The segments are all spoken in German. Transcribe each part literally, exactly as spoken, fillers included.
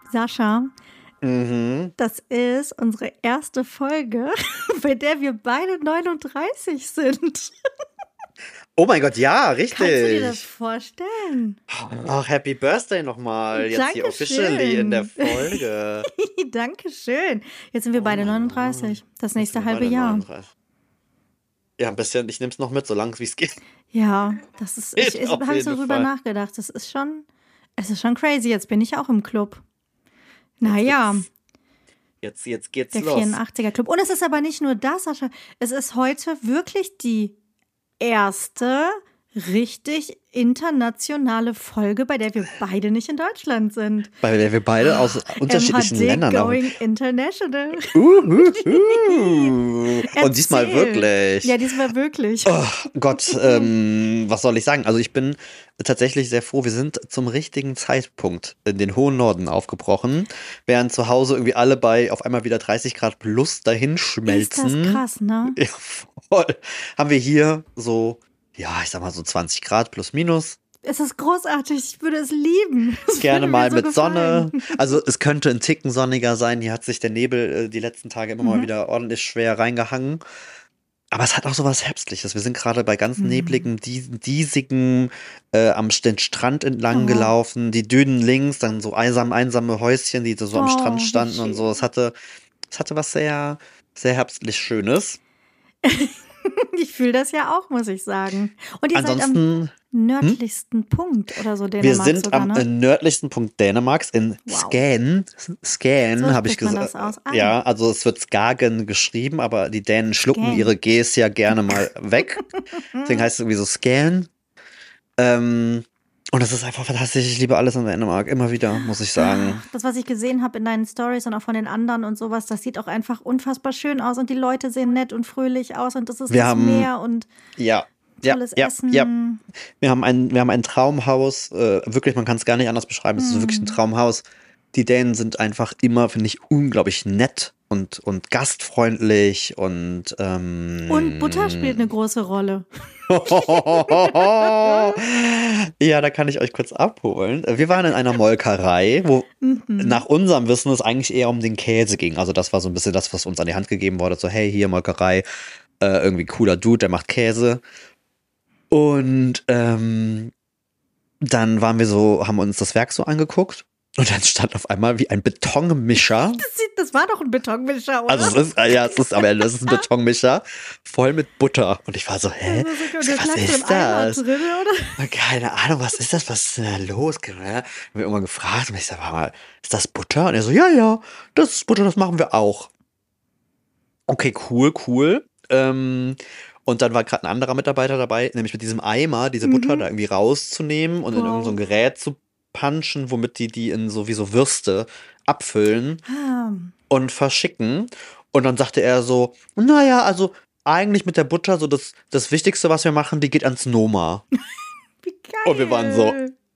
Sascha, Mhm. das ist unsere erste Folge, bei der wir beide neununddreißig sind. Oh mein Gott, ja, richtig. Kannst du dir das vorstellen? Ach, Happy Birthday nochmal. Jetzt hier officially in der Folge. Dankeschön. Jetzt sind wir Oh beide mein neununddreißig. Das Jetzt nächste sind wir halbe beide Jahr. neununddreißig. Ja, ein bisschen. Ich nehme es noch mit, solange es wie es geht. Ja, das ist. Ich, Geht ich auf habe so jeden drüber Fall. nachgedacht. Das ist schon. Es ist schon crazy. Jetzt bin ich auch im Club. Naja, Jetzt, jetzt, jetzt geht's der los. vierundachtziger Club. Und es ist aber nicht nur das, Sascha. Es ist heute wirklich die erste richtig internationale Folge, bei der wir beide nicht in Deutschland sind. Weil wir beide aus unterschiedlichen M H D Ländern haben. Going International. Uh, uh, uh. Und diesmal Erzähl. wirklich. Ja, diesmal wirklich. Oh Gott, ähm, was soll ich sagen? Also ich bin tatsächlich sehr froh, wir sind zum richtigen Zeitpunkt in den hohen Norden aufgebrochen, während zu Hause irgendwie alle bei auf einmal wieder dreißig Grad plus dahin schmelzen. Ist das krass, ne? Ja, voll. Haben wir hier so, ja, ich sag mal so zwanzig Grad plus minus. Es ist großartig. Ich würde es lieben. Es Gerne würde mir mal so mit gefallen. Sonne. Also es könnte ein Ticken sonniger sein. Hier hat sich der Nebel äh, die letzten Tage immer Mhm. mal wieder ordentlich schwer reingehangen. Aber es hat auch so was Herbstliches. Wir sind gerade bei ganz Mhm. nebligem, dies- diesigem äh, am den Strand entlang Oh. gelaufen. Die Dünen links, dann so einsam, einsame Häuschen, die so am Oh, Strand wie standen und so. schön. Es hatte, es hatte was sehr, sehr herbstlich Schönes. Ich fühle das ja auch, muss ich sagen. Und ihr seid am Ansonsten, nördlichsten Punkt oder so, wir Dänemark sind sogar, am ne? äh, nördlichsten Punkt Dänemarks, in Wow. Skagen. Skagen, So habe ich spricht man gesagt. das aus. Ah. Ja, also es wird Skagen geschrieben, aber die Dänen schlucken Skagen. ihre Gs ja gerne mal weg. Deswegen heißt es irgendwie so Skagen. Ähm, und das ist einfach fantastisch. Ich liebe alles in Dänemark. Immer wieder, muss ich sagen. Das, was ich gesehen habe in deinen Stories und auch von den anderen und sowas, das sieht auch einfach unfassbar schön aus und die Leute sehen nett und fröhlich aus und das ist Wir das haben- Meer und Ja. Ja, tolles ja, Essen. ja. Wir haben ein, wir haben ein Traumhaus. Äh, wirklich, man kann es gar nicht anders beschreiben. Es ist Hm. wirklich ein Traumhaus. Die Dänen sind einfach immer, finde ich, unglaublich nett und, und gastfreundlich und ähm, Und Butter spielt eine große Rolle. Ja, da kann ich euch kurz abholen. Wir waren in einer Molkerei, wo Mhm. nach unserem Wissen es eigentlich eher um den Käse ging. Also das war so ein bisschen das, was uns an die Hand gegeben wurde. So, hey, hier Molkerei, äh, irgendwie cooler Dude, der macht Käse. Und ähm, dann waren wir so, haben uns das Werk so angeguckt. Und dann stand auf einmal wie ein Betonmischer. Das, sieht, das war doch ein Betonmischer, oder? Also es ist, ja, es ist, aber es ist ein Betonmischer voll mit Butter. Und ich war so, hä? Also, so, Was lag so ist ein Eimer das? drin, oder? Keine Ahnung, was ist das? Was ist denn da los? Haben wir irgendwann gefragt und ich sag mal, ist das Butter? Und er so, ja, ja, das ist Butter, das machen wir auch. Okay, cool, cool. Ähm, und dann war gerade ein anderer Mitarbeiter dabei, nämlich mit diesem Eimer diese Butter Mhm. da irgendwie rauszunehmen und in Wow. irgend so ein Gerät zu punchen, womit die die in so wie so Würste abfüllen Ah, und verschicken. Und dann sagte er so, naja, also eigentlich mit der Butter, so das, das Wichtigste, was wir machen, die geht ans Noma. wie geil. Und wir waren so,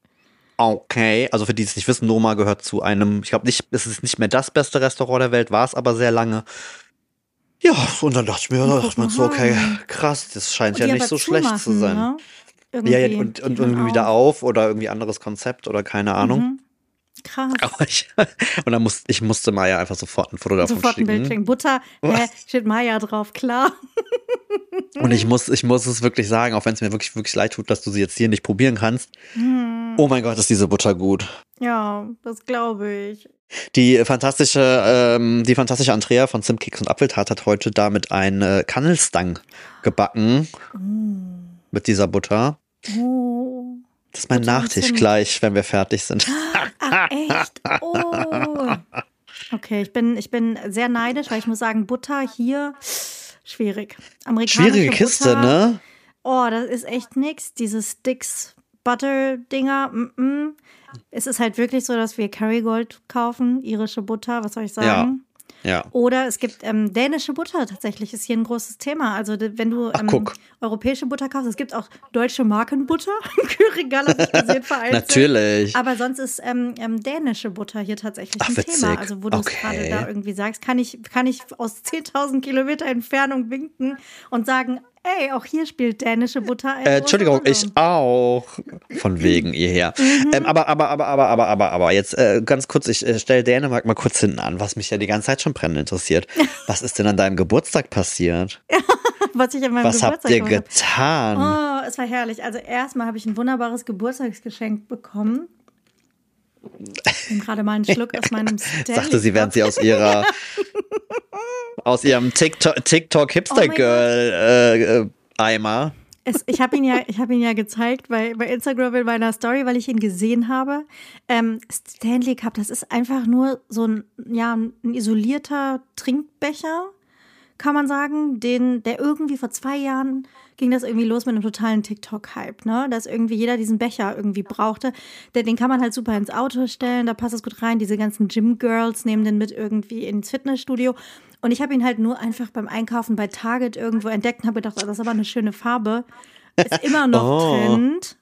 Okay, also für die es nicht wissen, Noma gehört zu einem, ich glaube nicht, es ist nicht mehr das beste Restaurant der Welt, war es aber sehr lange. Ja, und dann dachte ich mir, da dachte man so, okay, krass, das scheint Und ja die nicht aber so schlecht zu zumachen, sein. Ne? Ja, ja, Irgendwie. und, und Die hören irgendwie wieder auf oder irgendwie anderes Konzept oder keine Ahnung. Mhm. Krass. Aber ich, und dann musste ich musste Maya einfach sofort ein Foto davon Sofort ein Bild schicken. schicken. Butter, hä, steht Maya drauf, klar. Und ich muss, ich muss es wirklich sagen, auch wenn es mir wirklich, wirklich leid tut, dass du sie jetzt hier nicht probieren kannst. Hm. Oh mein Gott, ist diese Butter gut. Ja, das glaube ich. Die fantastische, ähm, die fantastische Andrea von Zimtkeks und Apfeltat hat heute damit eine Kannelstang gebacken Mm. mit dieser Butter. Oh. Das ist mein Butter und Nachtisch Zimt. gleich, wenn wir fertig sind. Ach, echt? Oh. Okay, ich bin, ich bin sehr neidisch, weil ich muss sagen, Butter hier, schwierig. Amerikanische Schwierige Kiste, Butter, ne? Oh, das ist echt nix. Diese Sticks Butter Dinger. Mm -mm. Es ist halt wirklich so, dass wir Kerrygold kaufen, irische Butter, was soll ich sagen? Ja. Oder es gibt ähm, dänische Butter, tatsächlich ist hier ein großes Thema. Also de- wenn du Ach, ähm, guck. europäische Butter kaufst, es gibt auch deutsche Markenbutter. Im Kühlregal habe ich gesehen, vereinzelt. Natürlich. Aber sonst ist ähm, ähm, dänische Butter hier tatsächlich Ach, ein witzig. Thema. Also wo du es Okay. gerade da irgendwie sagst, kann ich, kann ich aus zehntausend Kilometer Entfernung winken und sagen, Ey, auch hier spielt dänische Butter eine Äh, große Entschuldigung, Rolle. ich auch. Von wegen ihr her. Ähm, aber, aber, aber, aber, aber, aber, aber, jetzt äh, ganz kurz, ich äh, stelle Dänemark mal kurz hinten an, was mich ja die ganze Zeit schon brennend interessiert. Was ist denn an deinem Geburtstag passiert? Was ich an meinem Was Geburtstag habt ihr gemacht habe. getan? Oh, es war herrlich. Also erstmal habe ich ein wunderbares Geburtstagsgeschenk bekommen. Ich nehme gerade mal einen Schluck aus meinem Stanley. Sagte sie, während sie aus ihrer aus ihrem TikTok, TikTok Hipster Oh mein Girl äh, äh, Eimer. Es, ich habe ihn ja, ich habe ihn ja gezeigt bei, bei Instagram in meiner Story, weil ich ihn gesehen habe. Ähm, Stanley Cup, das ist einfach nur so ein, ja, ein isolierter Trinkbecher, kann man sagen, den, der irgendwie vor zwei Jahren ging das irgendwie los mit einem totalen TikTok-Hype, ne? Dass irgendwie jeder diesen Becher irgendwie brauchte. Den, den kann man halt super ins Auto stellen, da passt es gut rein. Diese ganzen Gym-Girls nehmen den mit irgendwie ins Fitnessstudio. Und ich habe ihn halt nur einfach beim Einkaufen bei Target irgendwo entdeckt und habe gedacht, oh, das ist aber eine schöne Farbe. Ist immer noch Oh. Trend.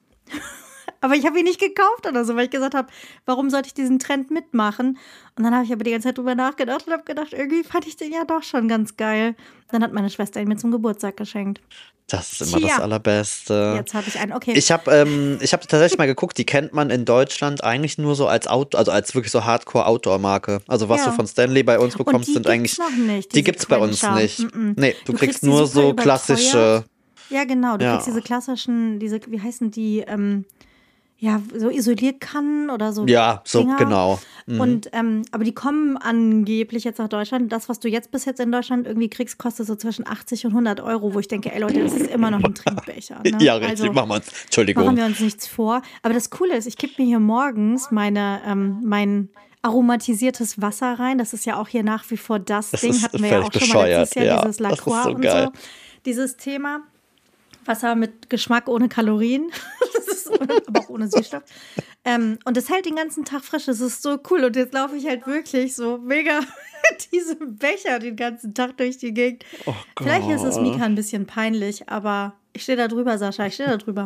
Aber ich habe ihn nicht gekauft oder so, weil ich gesagt habe, warum sollte ich diesen Trend mitmachen? Und dann habe ich aber die ganze Zeit drüber nachgedacht und habe gedacht, irgendwie fand ich den ja doch schon ganz geil. Dann hat meine Schwester ihn mir zum Geburtstag geschenkt. Das ist immer Tja. das Allerbeste. Jetzt habe ich einen, okay. Ich habe ähm, ich hab tatsächlich mal geguckt, die kennt man in Deutschland eigentlich nur so als Out, also als wirklich so Hardcore-Outdoor-Marke. Also was Ja. du von Stanley bei uns Und bekommst, die sind gibt's eigentlich. noch nicht, Die diese gibt's bei uns Quencher. nicht. Mm-mm. Nee, du, Du kriegst, kriegst die nur super so überteuert. klassische. Ja, genau. Du Ja. kriegst diese klassischen, diese, wie heißen die, ähm, ja, so Isolierkannen oder so. Ja, so Dinger. genau. Mhm. Und, ähm, aber die kommen angeblich jetzt nach Deutschland. Das, was du jetzt bis jetzt in Deutschland irgendwie kriegst, kostet so zwischen achtzig und hundert Euro, wo ich denke, ey Leute, das ist immer noch ein Trinkbecher. Ne? Ja, richtig, Also, machen wir uns. Entschuldigung. machen wir uns nichts vor. Aber das Coole ist, ich kippe mir hier morgens meine, ähm, mein aromatisiertes Wasser rein. Das ist ja auch hier nach wie vor das, Das Ding. ist Hatten wir ja auch völlig schon mal letztes bescheuert, Jahr, ja. dieses Das ist Lacroix so und geil. so. Dieses Thema. Wasser mit Geschmack ohne Kalorien, das ist, aber auch ohne Süßstoff. Ähm, und das hält den ganzen Tag frisch. Das ist so cool. Und jetzt laufe ich halt wirklich so mega mit diesem Becher den ganzen Tag durch die Gegend. Oh Vielleicht ist es Gott. Mika ein bisschen peinlich, aber ich stehe da drüber, Sascha. Ich stehe da drüber.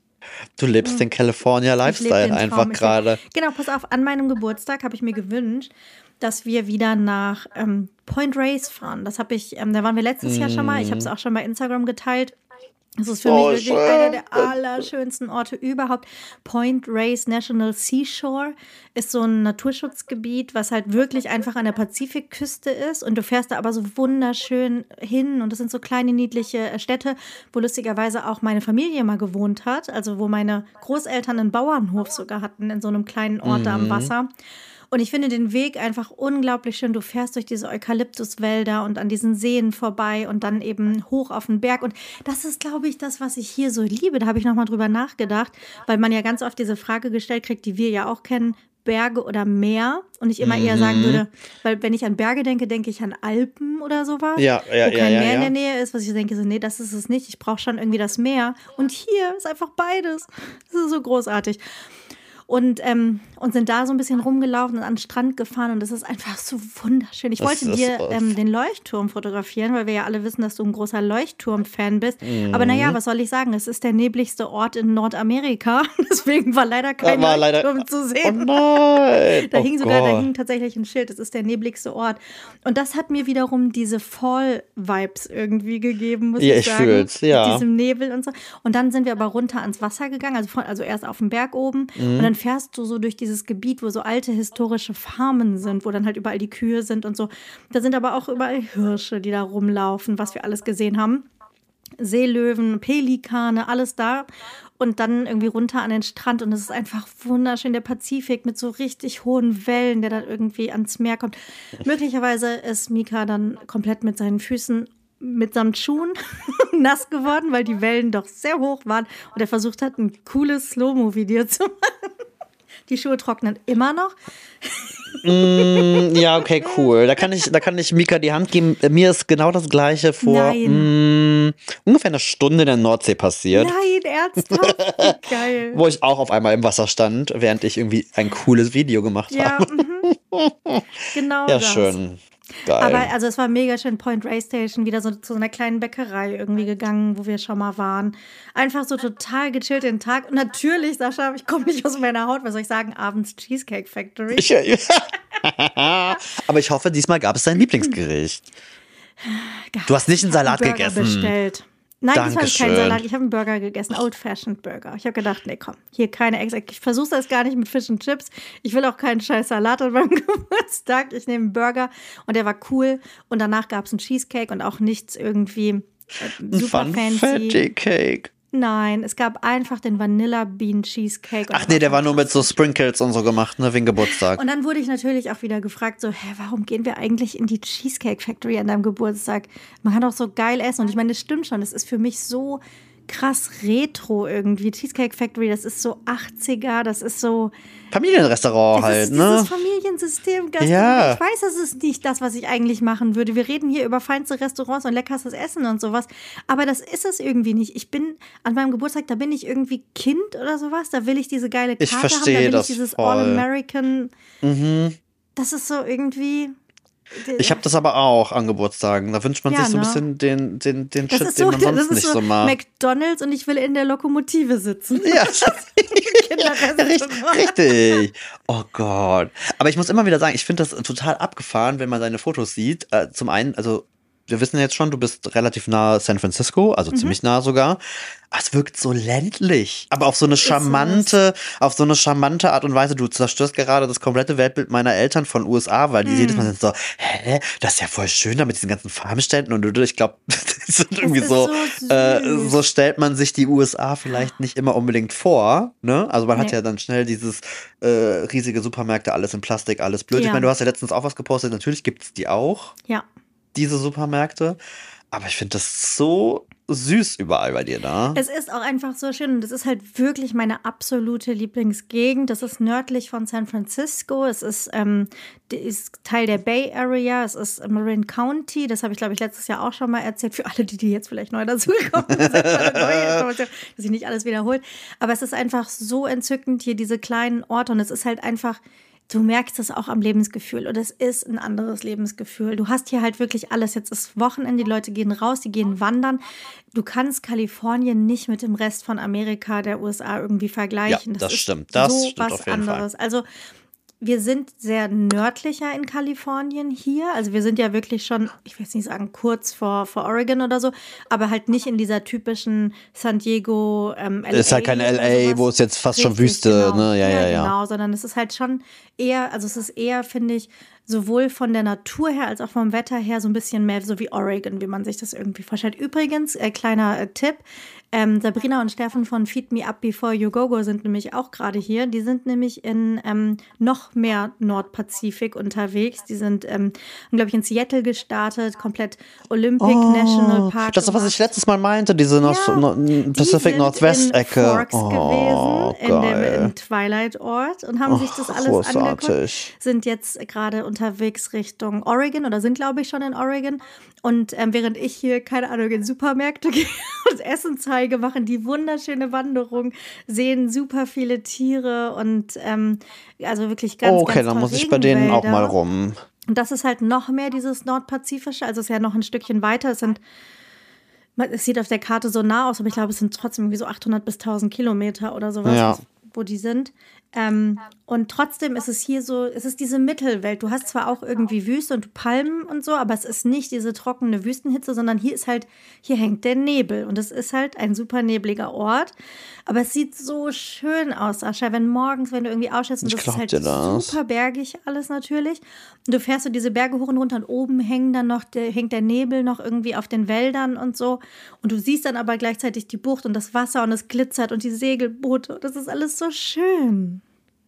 Du lebst den California Ich lebe Lifestyle den einfach Traum. Ich gerade. lebe- Genau, pass auf, an meinem Geburtstag habe ich mir gewünscht, dass wir wieder nach ähm, Point Reyes fahren. Das habe ich, ähm, da waren wir letztes Jahr schon mal. Ich habe es auch schon bei Instagram geteilt. Das ist für Oh, mich wirklich schön. einer der allerschönsten Orte überhaupt. Point Reyes National Seashore ist so ein Naturschutzgebiet, was halt wirklich einfach an der Pazifikküste ist. Und du fährst da aber so wunderschön hin. Und das sind so kleine, niedliche äh, Städte, wo lustigerweise auch meine Familie mal gewohnt hat. Also wo meine Großeltern einen Bauernhof sogar hatten, in so einem kleinen Ort da am Wasser. Und ich finde den Weg einfach unglaublich schön. Du fährst durch diese Eukalyptuswälder und an diesen Seen vorbei und dann eben hoch auf den Berg. Und das ist, glaube ich, das, was ich hier so liebe. Da habe ich nochmal drüber nachgedacht, weil man ja ganz oft diese Frage gestellt kriegt, die wir ja auch kennen, Berge oder Meer. Und ich immer eher sagen würde, weil wenn ich an Berge denke, denke ich an Alpen oder sowas. Ja, ja, wo kein ja, ja, Meer in ja. der Nähe ist, was ich denke, so, nee, das ist es nicht. Ich brauche schon irgendwie das Meer. Und hier ist einfach beides. Das ist so großartig. Und, ähm, und sind da so ein bisschen rumgelaufen und an den Strand gefahren und das ist einfach so wunderschön. Ich Das wollte ist dir was. ähm, den Leuchtturm fotografieren, weil wir ja alle wissen, dass du ein großer Leuchtturm-Fan bist. Mhm. Aber naja, was soll ich sagen? Es ist der nebligste Ort in Nordamerika. Deswegen war leider kein War leider- Leuchtturm zu Oh sehen. nein! Da oh hing sogar, da Gott. hing tatsächlich ein Schild, das ist der nebligste Ort. Und das hat mir wiederum diese Fall-Vibes irgendwie gegeben, muss Ja, ich ich sagen. fühl's, ja. Mit diesem Nebel und so. Und dann sind wir aber runter ans Wasser gegangen, also, von, also erst auf den Berg oben. Mhm. Und dann fährst du so durch dieses Gebiet, wo so alte historische Farmen sind, wo dann halt überall die Kühe sind und so. Da sind aber auch überall Hirsche, die da rumlaufen, was wir alles gesehen haben. Seelöwen, Pelikane, alles da. Und dann irgendwie runter an den Strand und es ist einfach wunderschön, der Pazifik mit so richtig hohen Wellen, der dann irgendwie ans Meer kommt. Möglicherweise ist Mika dann komplett mit seinen Füßen mitsamt Schuhen nass geworden, weil die Wellen doch sehr hoch waren und er versucht hat, ein cooles Slow-Mo-Video zu machen. Die Schuhe trocknen immer noch. Mm, ja, okay, cool. Da kann ich, da kann ich Mika die Hand geben. Mir ist genau das Gleiche vor mm, ungefähr einer Stunde in der Nordsee passiert, Nein, ernsthaft? Wie geil. wo ich auch auf einmal im Wasser stand, während ich irgendwie ein cooles Video gemacht Ja, habe. mhm. Genau Ja, das. schön. Geil. Aber also es war mega schön, Point Reyes Station, wieder so zu so einer kleinen Bäckerei irgendwie gegangen, wo wir schon mal waren. Einfach so total gechillt den Tag. Und natürlich, Sascha, ich komme nicht aus meiner Haut, was soll ich sagen, abends Cheesecake Factory. ich, aber ich hoffe, diesmal gab es dein Lieblingsgericht. Du hast nicht einen Salat Burger gegessen. bestellt. Nein, das war kein Dankeschön. Salat. Ich habe einen Burger gegessen, Old-Fashioned Burger. Ich habe gedacht, nee, komm, hier keine extra. Ich versuche das gar nicht mit Fish and Chips. Ich will auch keinen scheiß Salat an meinem Geburtstag. Ich nehme einen Burger und der war cool. Und danach gab es einen Cheesecake und auch nichts irgendwie äh, super Ein fancy. Fatty Cake. Nein, es gab einfach den Vanilla Bean Cheesecake. Ach nee, der war nur mit so Sprinkles und so gemacht, ne, wegen Geburtstag. Und dann wurde ich natürlich auch wieder gefragt, so, hä, warum gehen wir eigentlich in die Cheesecake Factory an deinem Geburtstag? Man kann doch so geil essen. Und ich meine, das stimmt schon, das ist für mich so krass retro irgendwie. Cheesecake Factory, das ist so achtziger, das ist so... Familienrestaurant Das halt, ist ne? dieses Familiensystem. Gastronomie. Ja. Ich weiß, das ist nicht das, was ich eigentlich machen würde. Wir reden hier über feinste Restaurants und leckerstes Essen und sowas. Aber das ist es irgendwie nicht. Ich bin an meinem Geburtstag, da bin ich irgendwie Kind oder sowas. Da will ich diese geile Karte Ich haben. Da verstehe will das ich dieses voll. All-American. Mhm. Das ist so irgendwie. Ich habe das aber auch an Geburtstagen. Da wünscht man Ja, sich so ein ne? bisschen den, den, den Das Shit, ist den so, man das sonst ist nicht so so macht. McDonald's und ich will in der Lokomotive sitzen. Ja, Kinderrestaurant. richtig. Oh Gott. Aber ich muss immer wieder sagen, ich finde das total abgefahren, wenn man seine Fotos sieht. Äh, zum einen, also wir wissen jetzt schon, du bist relativ nah San Francisco, also Mhm. ziemlich nah sogar. Aber es wirkt so ländlich. Aber auf so eine charmante, auf so eine charmante Art und Weise. Du zerstörst gerade das komplette Weltbild meiner Eltern von U S A, weil die Mhm. jedes Mal sind so, hä, das ist ja voll schön da mit diesen ganzen Farmständen und ich glaube, das sind irgendwie ist so, so äh, süß. so stellt man sich die U S A vielleicht nicht immer unbedingt vor, ne? Also man hat Nee. ja dann schnell dieses äh, riesige Supermärkte, alles in Plastik, alles blöd. Ja. Ich meine, du hast ja letztens auch was gepostet, natürlich gibt's die auch, Ja. diese Supermärkte. Aber ich finde das so süß überall bei dir da. Es ist auch einfach so schön und es ist halt wirklich meine absolute Lieblingsgegend. Das ist nördlich von San Francisco. Es ist, ähm, die ist Teil der Bay Area. Es ist Marin County. Das habe ich, glaube ich, letztes Jahr auch schon mal erzählt. Für alle, die, die jetzt vielleicht neu dazugekommen sind. Eine neue Information, dass sich nicht alles wiederholt. Aber es ist einfach so entzückend hier, diese kleinen Orte. Und es ist halt einfach... Du merkst es auch am Lebensgefühl und es ist ein anderes Lebensgefühl. Du hast hier halt wirklich alles. Jetzt ist Wochenende, die Leute gehen raus, die gehen wandern. Du kannst Kalifornien nicht mit dem Rest von Amerika, der U S A irgendwie vergleichen. Ja, das ist stimmt. Das so stimmt was auf jeden Fall. anderes. Also wir sind sehr nördlicher in Kalifornien hier. Also wir sind ja wirklich schon, ich will jetzt nicht sagen kurz vor, vor Oregon oder so, aber halt nicht in dieser typischen San Diego, ähm, L A. Ist halt kein L A, oder sowas. wo es jetzt fast schon Richtig, Wüste, genau. ne? Ja, ja, ja. Genau, sondern es ist halt schon eher, also es ist eher, finde ich, sowohl von der Natur her als auch vom Wetter her so ein bisschen mehr so wie Oregon, wie man sich das irgendwie vorstellt. Übrigens, äh, kleiner äh, Tipp, ähm, Sabrina und Steffen von Feed Me Up Before You Go Go sind nämlich auch gerade hier. Die sind nämlich in ähm, noch mehr Nordpazifik unterwegs. Die sind, ähm, glaube ich, in Seattle gestartet, komplett Olympic National Park. Das ist, was ich gemacht. letztes Mal meinte, diese North, Ja, no, Die Pacific sind Northwest-Ecke. in Forks Oh, gewesen, in dem, geil. im Twilight-Ort und haben sich das alles angeguckt. Großartig. Sind jetzt gerade unterwegs Richtung Oregon oder sind, glaube ich, schon in Oregon. Und ähm, während ich hier, keine Ahnung, in Supermärkte gehe und Essen zeige, machen die wunderschöne Wanderung, sehen super viele Tiere und ähm, also wirklich ganz, Oh, okay, ganz dann toll muss ich bei denen auch mal Regenwälder. rum. Und das ist halt noch mehr dieses Nordpazifische, also es ist ja noch ein Stückchen weiter. Es sind, es sieht auf der Karte so nah aus, aber ich glaube, es sind trotzdem irgendwie so achthundert bis tausend Kilometer oder sowas, Ja. wo die sind. Ähm, und trotzdem ist es hier so, es ist diese Mittelwelt. Du hast zwar auch irgendwie Wüste und Palmen und so, aber es ist nicht diese trockene Wüstenhitze, sondern hier ist halt, hier hängt der Nebel. Und es ist halt ein super nebliger Ort. Aber es sieht so schön aus, Sascha, wenn morgens, wenn du irgendwie ausschätzt, und Ich das ist glaub halt dir das. super bergig alles natürlich. Und du fährst so diese Berge hoch und runter und oben hängen dann noch, der, hängt der Nebel noch irgendwie auf den Wäldern und so. Und du siehst dann aber gleichzeitig die Bucht und das Wasser und es glitzert und die Segelboote. Das ist alles so schön.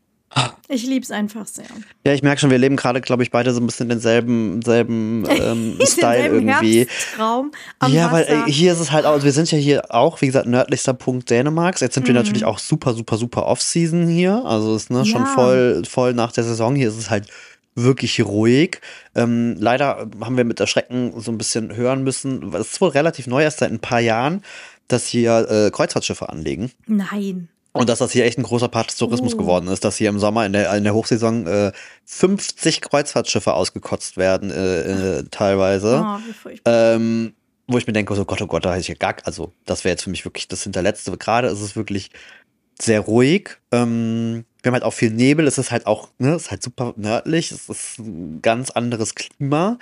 Ich lieb's einfach sehr. Ja, ich merke schon, wir leben gerade, glaube ich, beide so ein bisschen denselben, selben ähm, Style Denselben irgendwie. Herbsttraum am Ja, weil Wasser. äh, hier ist es halt auch, also wir sind ja hier auch, wie gesagt, nördlichster Punkt Dänemarks. Jetzt sind wir natürlich auch super, super, super Off-Season hier. Also ist ne, schon Ja. voll, voll nach der Saison. Hier ist es halt wirklich ruhig. Ähm, leider haben wir mit Erschrecken so ein bisschen hören müssen, weil es ist wohl relativ neu, erst seit ein paar Jahren, dass hier äh, Kreuzfahrtschiffe anlegen. Nein. Und dass das hier echt ein großer Part des Tourismus Oh. geworden ist, dass hier im Sommer in der, in der Hochsaison äh, fünfzig Kreuzfahrtschiffe ausgekotzt werden, äh, äh, teilweise. Oh, wie furchtbar. Ähm, wo ich mir denke, so Gott, oh Gott, da hätte ich ja gar, also das wäre jetzt für mich wirklich das Hinterletzte. Gerade ist es wirklich sehr ruhig. Ähm, wir haben halt auch viel Nebel, es ist halt auch, ne, es ist halt super nördlich, es ist ein ganz anderes Klima.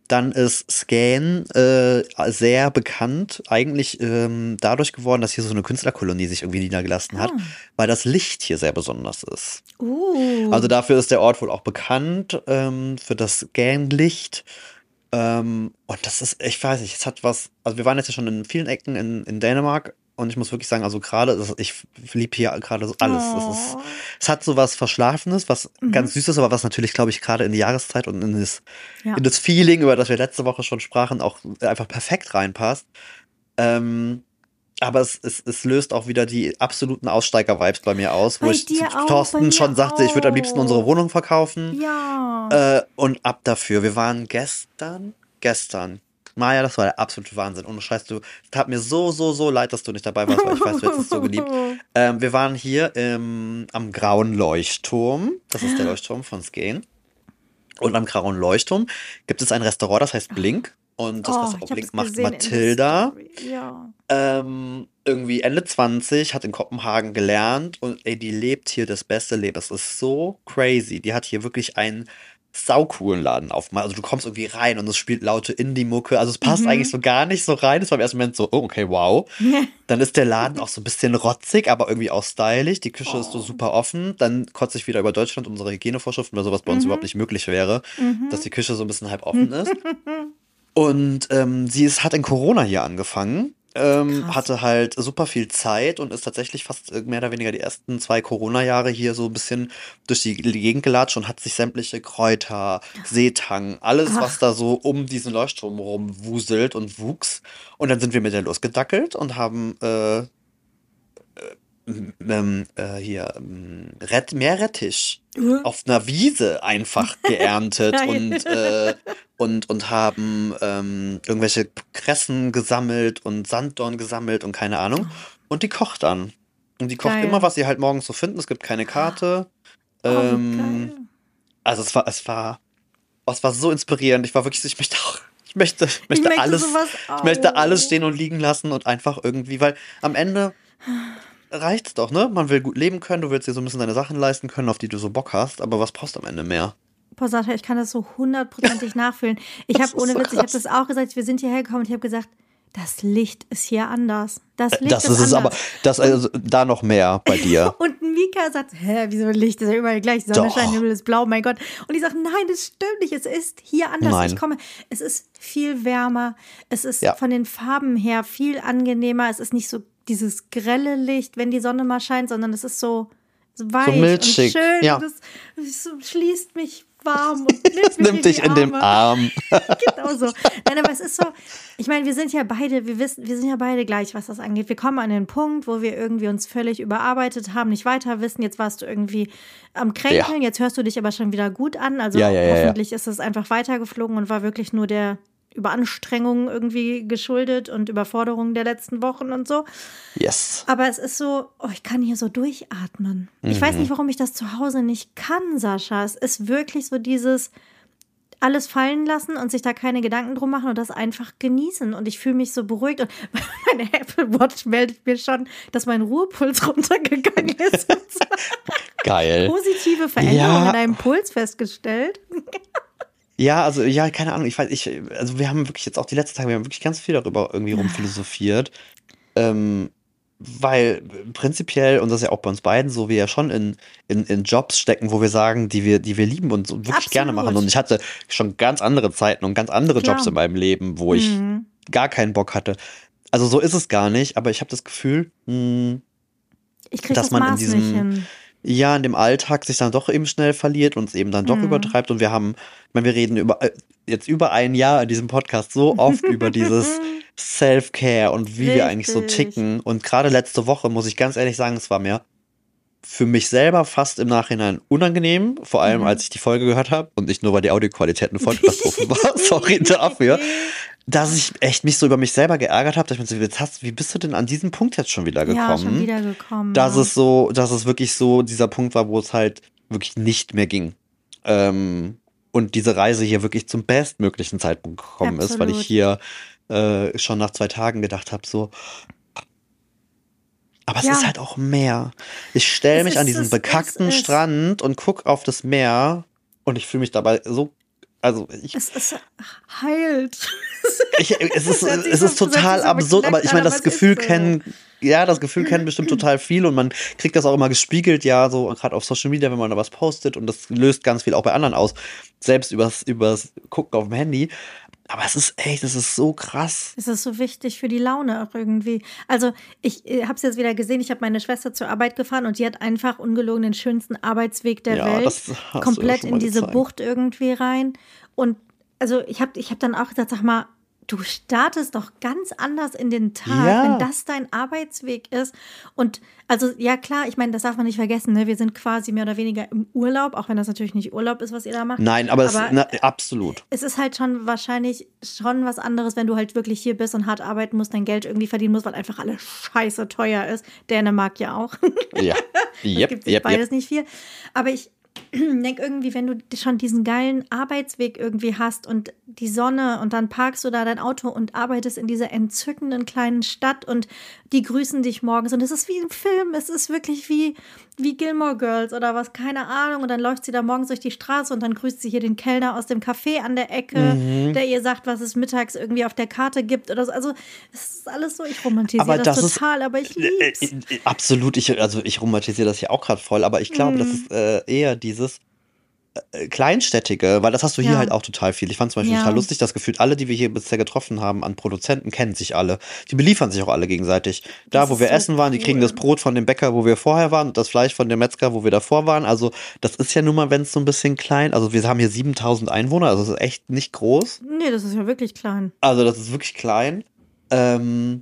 Dann ist Skane äh, sehr bekannt, eigentlich ähm, dadurch geworden, dass hier so eine Künstlerkolonie sich irgendwie niedergelassen hat, Ah. weil das Licht hier sehr besonders ist. Uh. Also dafür ist der Ort wohl auch bekannt, ähm, für das Skane-Licht. Ähm, und das ist, ich weiß nicht, es hat was, also wir waren jetzt ja schon in vielen Ecken in, in Dänemark und ich muss wirklich sagen, also gerade, das- ich liebe hier gerade so alles. Es ist, Oh. es hat so was Verschlafenes, was Mhm. ganz Süßes, aber was natürlich, glaube ich, gerade in die Jahreszeit und in das, Ja. in das Feeling, über das wir letzte Woche schon sprachen, auch einfach perfekt reinpasst. Ähm, aber es, es, es löst auch wieder die absoluten Aussteiger-Vibes bei mir aus, wo Bei ich zu dir auch, bei Thorsten mir schon sagte, ich würde am liebsten unsere auch. Wohnung verkaufen. Ja. Äh, und ab dafür. Wir waren gestern, gestern. Maja, das war der absolute Wahnsinn. Und Scheiß, du, es tat mir so, so, so leid, dass du nicht dabei warst, weil ich weiß, du hättest es so geliebt. Ähm, wir waren hier im, am Grauen Leuchtturm. Das ist der Leuchtturm von Skane. Und am Grauen Leuchtturm gibt es ein Restaurant, das heißt Blink. Und das Oh, Restaurant ich habe Blink es macht gesehen in der Mathilda. Story. Ja. Ähm, irgendwie Ende zwanzig, hat in Kopenhagen gelernt und ey, die lebt hier das beste Leben. Es ist so crazy. Die hat hier wirklich einen saucoolen Laden aufgemacht. Also du kommst irgendwie rein und es spielt laute Indie-Mucke. Also es passt Mhm. eigentlich so gar nicht so rein. Es war im ersten Moment so, oh, okay, wow. Dann ist der Laden auch so ein bisschen rotzig, aber irgendwie auch stylisch. Die Küche ist so Oh. super offen. Dann kotze ich wieder über Deutschland, unsere Hygienevorschriften, weil sowas bei uns Mhm. überhaupt nicht möglich wäre, Mhm. dass die Küche so ein bisschen halb offen ist. Und ähm, sie ist, hat in Corona hier angefangen, ähm, Krass. hatte halt super viel Zeit und ist tatsächlich fast äh, mehr oder weniger die ersten zwei Corona-Jahre hier so ein bisschen durch die Gegend gelatscht und hat sich sämtliche Kräuter, Seetang, alles, was Ach. da so um diesen Leuchtturm rumwuselt und wuchs. Und dann sind wir mit der losgedackelt und haben äh, ähm, äh, hier ähm, Rett, Meerrettich Uh. auf einer Wiese einfach geerntet Geil. und, äh, und, und haben ähm, irgendwelche Kressen gesammelt und Sanddorn gesammelt und keine Ahnung. Und die kocht dann. Und die kocht Geil. immer, was sie halt morgens so finden. Es gibt keine Karte. Oh, wie Ähm, geil. also es war, es war, oh, es war so inspirierend. Ich war wirklich so, ich möchte auch, ich möchte, ich Ich möchte möchte alles, sowas ich möchte alles auch. stehen und liegen lassen und einfach irgendwie, weil am Ende reicht's doch, ne? Man will gut leben können, du willst dir so ein bisschen deine Sachen leisten können, auf die du so Bock hast, aber was brauchst du am Ende mehr? Boah, Sascha, ich kann das so hundertprozentig nachfühlen. Ich Das habe, ist ohne so Witz, ich habe krass. das auch gesagt, wir sind hierher gekommen und ich habe gesagt, das Licht ist hier anders. Das Licht Das ist ist es aber, anders. das, also, da noch mehr bei dir. Und Mika sagt, hä, wieso Licht ist ja überall gleich, Sonne scheint, Doch. Himmel ist blau, mein Gott. Und ich sage, nein, das stimmt nicht, es ist hier anders. Nein. Ich komme, es ist viel wärmer, es ist Ja. von den Farben her viel angenehmer, es ist nicht so dieses grelle Licht, wenn die Sonne mal scheint, sondern es ist so weich und milchig, schön ja. und es, es so schließt mich warm und nimmt mich Nimm in dich die in den Arme. Arm. Genau so. Nein, aber es ist so, ich meine, wir sind ja beide, wir wissen, wir sind ja beide gleich, was das angeht. Wir kommen an den Punkt, wo wir irgendwie uns völlig überarbeitet haben, nicht weiter wissen. Jetzt warst du irgendwie am Kränkeln, jetzt hörst du dich aber schon wieder gut an. Also Ja, ja, ja, ja. hoffentlich ist es einfach weitergeflogen und war wirklich nur der Überanstrengung irgendwie geschuldet und Überforderung der letzten Wochen und so. Yes. Aber es ist so, oh, ich kann hier so durchatmen. Ich weiß nicht, warum ich das zu Hause nicht kann, Sascha. Es ist wirklich so dieses alles fallen lassen und sich da keine Gedanken drum machen und das einfach genießen. Und ich fühle mich so beruhigt. Und meine Apple Watch meldet mir schon, dass mein Ruhepuls runtergegangen ist. Und so Geil. positive Veränderungen Ja. in deinem Puls festgestellt. Ja, also, ja, keine Ahnung, ich weiß, ich, also wir haben wirklich jetzt auch die letzten Tage, wir haben wirklich ganz viel darüber irgendwie rumphilosophiert. Ähm, weil prinzipiell, und das ist ja auch bei uns beiden so, wir ja schon in, in, in Jobs stecken, wo wir sagen, die wir, die wir lieben und so wirklich Absolut. gerne machen. Und ich hatte schon ganz andere Zeiten und ganz andere Klar. Jobs in meinem Leben, wo ich Mhm. gar keinen Bock hatte. Also so ist es gar nicht, aber ich habe das Gefühl, mh, Ich kriege dass das man in Maß diesem- nicht hin. ja, in dem Alltag sich dann doch eben schnell verliert und es eben dann doch Mhm. übertreibt. Und wir haben, ich meine, wir reden über äh, jetzt über ein Jahr in diesem Podcast so oft über dieses Self-Care und wie wir eigentlich so Richtig. ticken. Und gerade letzte Woche, muss ich ganz ehrlich sagen, es war mir für mich selber fast im Nachhinein unangenehm, vor allem Mhm. als ich die Folge gehört habe und nicht nur, weil die Audioqualität eine Vollkatastrophe war, sorry dafür, dass ich echt mich so über mich selber geärgert habe, dass ich mir so, jetzt hast, wie bist du denn an diesen Punkt jetzt schon wieder gekommen? Ja, schon wieder gekommen. dass ja. es so, dass es wirklich so dieser Punkt war, wo es halt wirklich nicht mehr ging. Ähm, und diese Reise hier wirklich zum bestmöglichen Zeitpunkt gekommen ist, weil ich Absolut. hier äh, schon nach zwei Tagen gedacht habe, so. Aber es Ja. ist halt auch Meer. Ich stelle Es mich an ist- diesen es- bekackten es ist- Strand und guck auf das Meer und ich fühle mich dabei so also ich. Es, es heilt. Ich, es ist, Das hört sich es so- ist total das hört sich so absurd, aber beknackt ich an, meine, aber das es Gefühl ist so. kennen, ja, das Gefühl kennen bestimmt total viel und man kriegt das auch immer gespiegelt, ja, so gerade auf Social Media, wenn man da was postet und das löst ganz viel auch bei anderen aus, selbst übers, übers Gucken auf dem Handy. Aber es ist echt, es ist so krass. Es ist so wichtig für die Laune auch irgendwie. Also ich äh, habe es jetzt wieder gesehen, ich habe meine Schwester zur Arbeit gefahren und die hat einfach ungelogen den schönsten Arbeitsweg der Ja, Welt. das hast du ja Komplett schon in mal diese gezeigt. Bucht irgendwie rein. Und also ich habe ich hab dann auch gesagt, sag mal, du startest doch ganz anders in den Tag, Ja. wenn das dein Arbeitsweg ist. Und also ja klar, ich meine, das darf man nicht vergessen, ne? Wir sind quasi mehr oder weniger im Urlaub, auch wenn das natürlich nicht Urlaub ist, was ihr da macht. Nein, aber, es, Aber, na, absolut. Es ist halt schon wahrscheinlich schon was anderes, wenn du halt wirklich hier bist und hart arbeiten musst, dein Geld irgendwie verdienen musst, weil einfach alles scheiße teuer ist. Dänemark ja auch. Ja. Es Yep, gibt yep, beides yep. nicht viel. Aber ich denke irgendwie, wenn du schon diesen geilen Arbeitsweg irgendwie hast und die Sonne und dann parkst du da dein Auto und arbeitest in dieser entzückenden kleinen Stadt und die grüßen dich morgens und es ist wie ein Film, es ist wirklich wie, wie Gilmore Girls oder was, keine Ahnung, und dann läuft sie da morgens durch die Straße und dann grüßt sie hier den Kellner aus dem Café an der Ecke, Mhm. der ihr sagt, was es mittags irgendwie auf der Karte gibt oder so. Also es ist alles so, ich romantisiere Aber das, das ist- total, aber ich Äh, lieb's. äh, äh, Absolut, ich, also ich romantisiere das hier auch gerade voll, aber ich glaube, das ist äh, eher dieses äh, Kleinstädtige, weil das hast du hier Ja. halt auch total viel. Ich fand zum Beispiel Ja. total lustig, das Gefühl, alle, die wir hier bisher getroffen haben an Produzenten, kennen sich alle. Die beliefern sich auch alle gegenseitig. Da, Das wo ist wir so essen waren, die kriegen cool. das Brot von dem Bäcker, wo wir vorher waren, und das Fleisch von dem Metzger, wo wir davor waren. Also das ist ja nun mal, wenn es so ein bisschen klein, also wir haben hier siebentausend Einwohner, also das ist echt nicht groß. Nee, das ist ja wirklich klein. Also das ist wirklich klein. Ähm,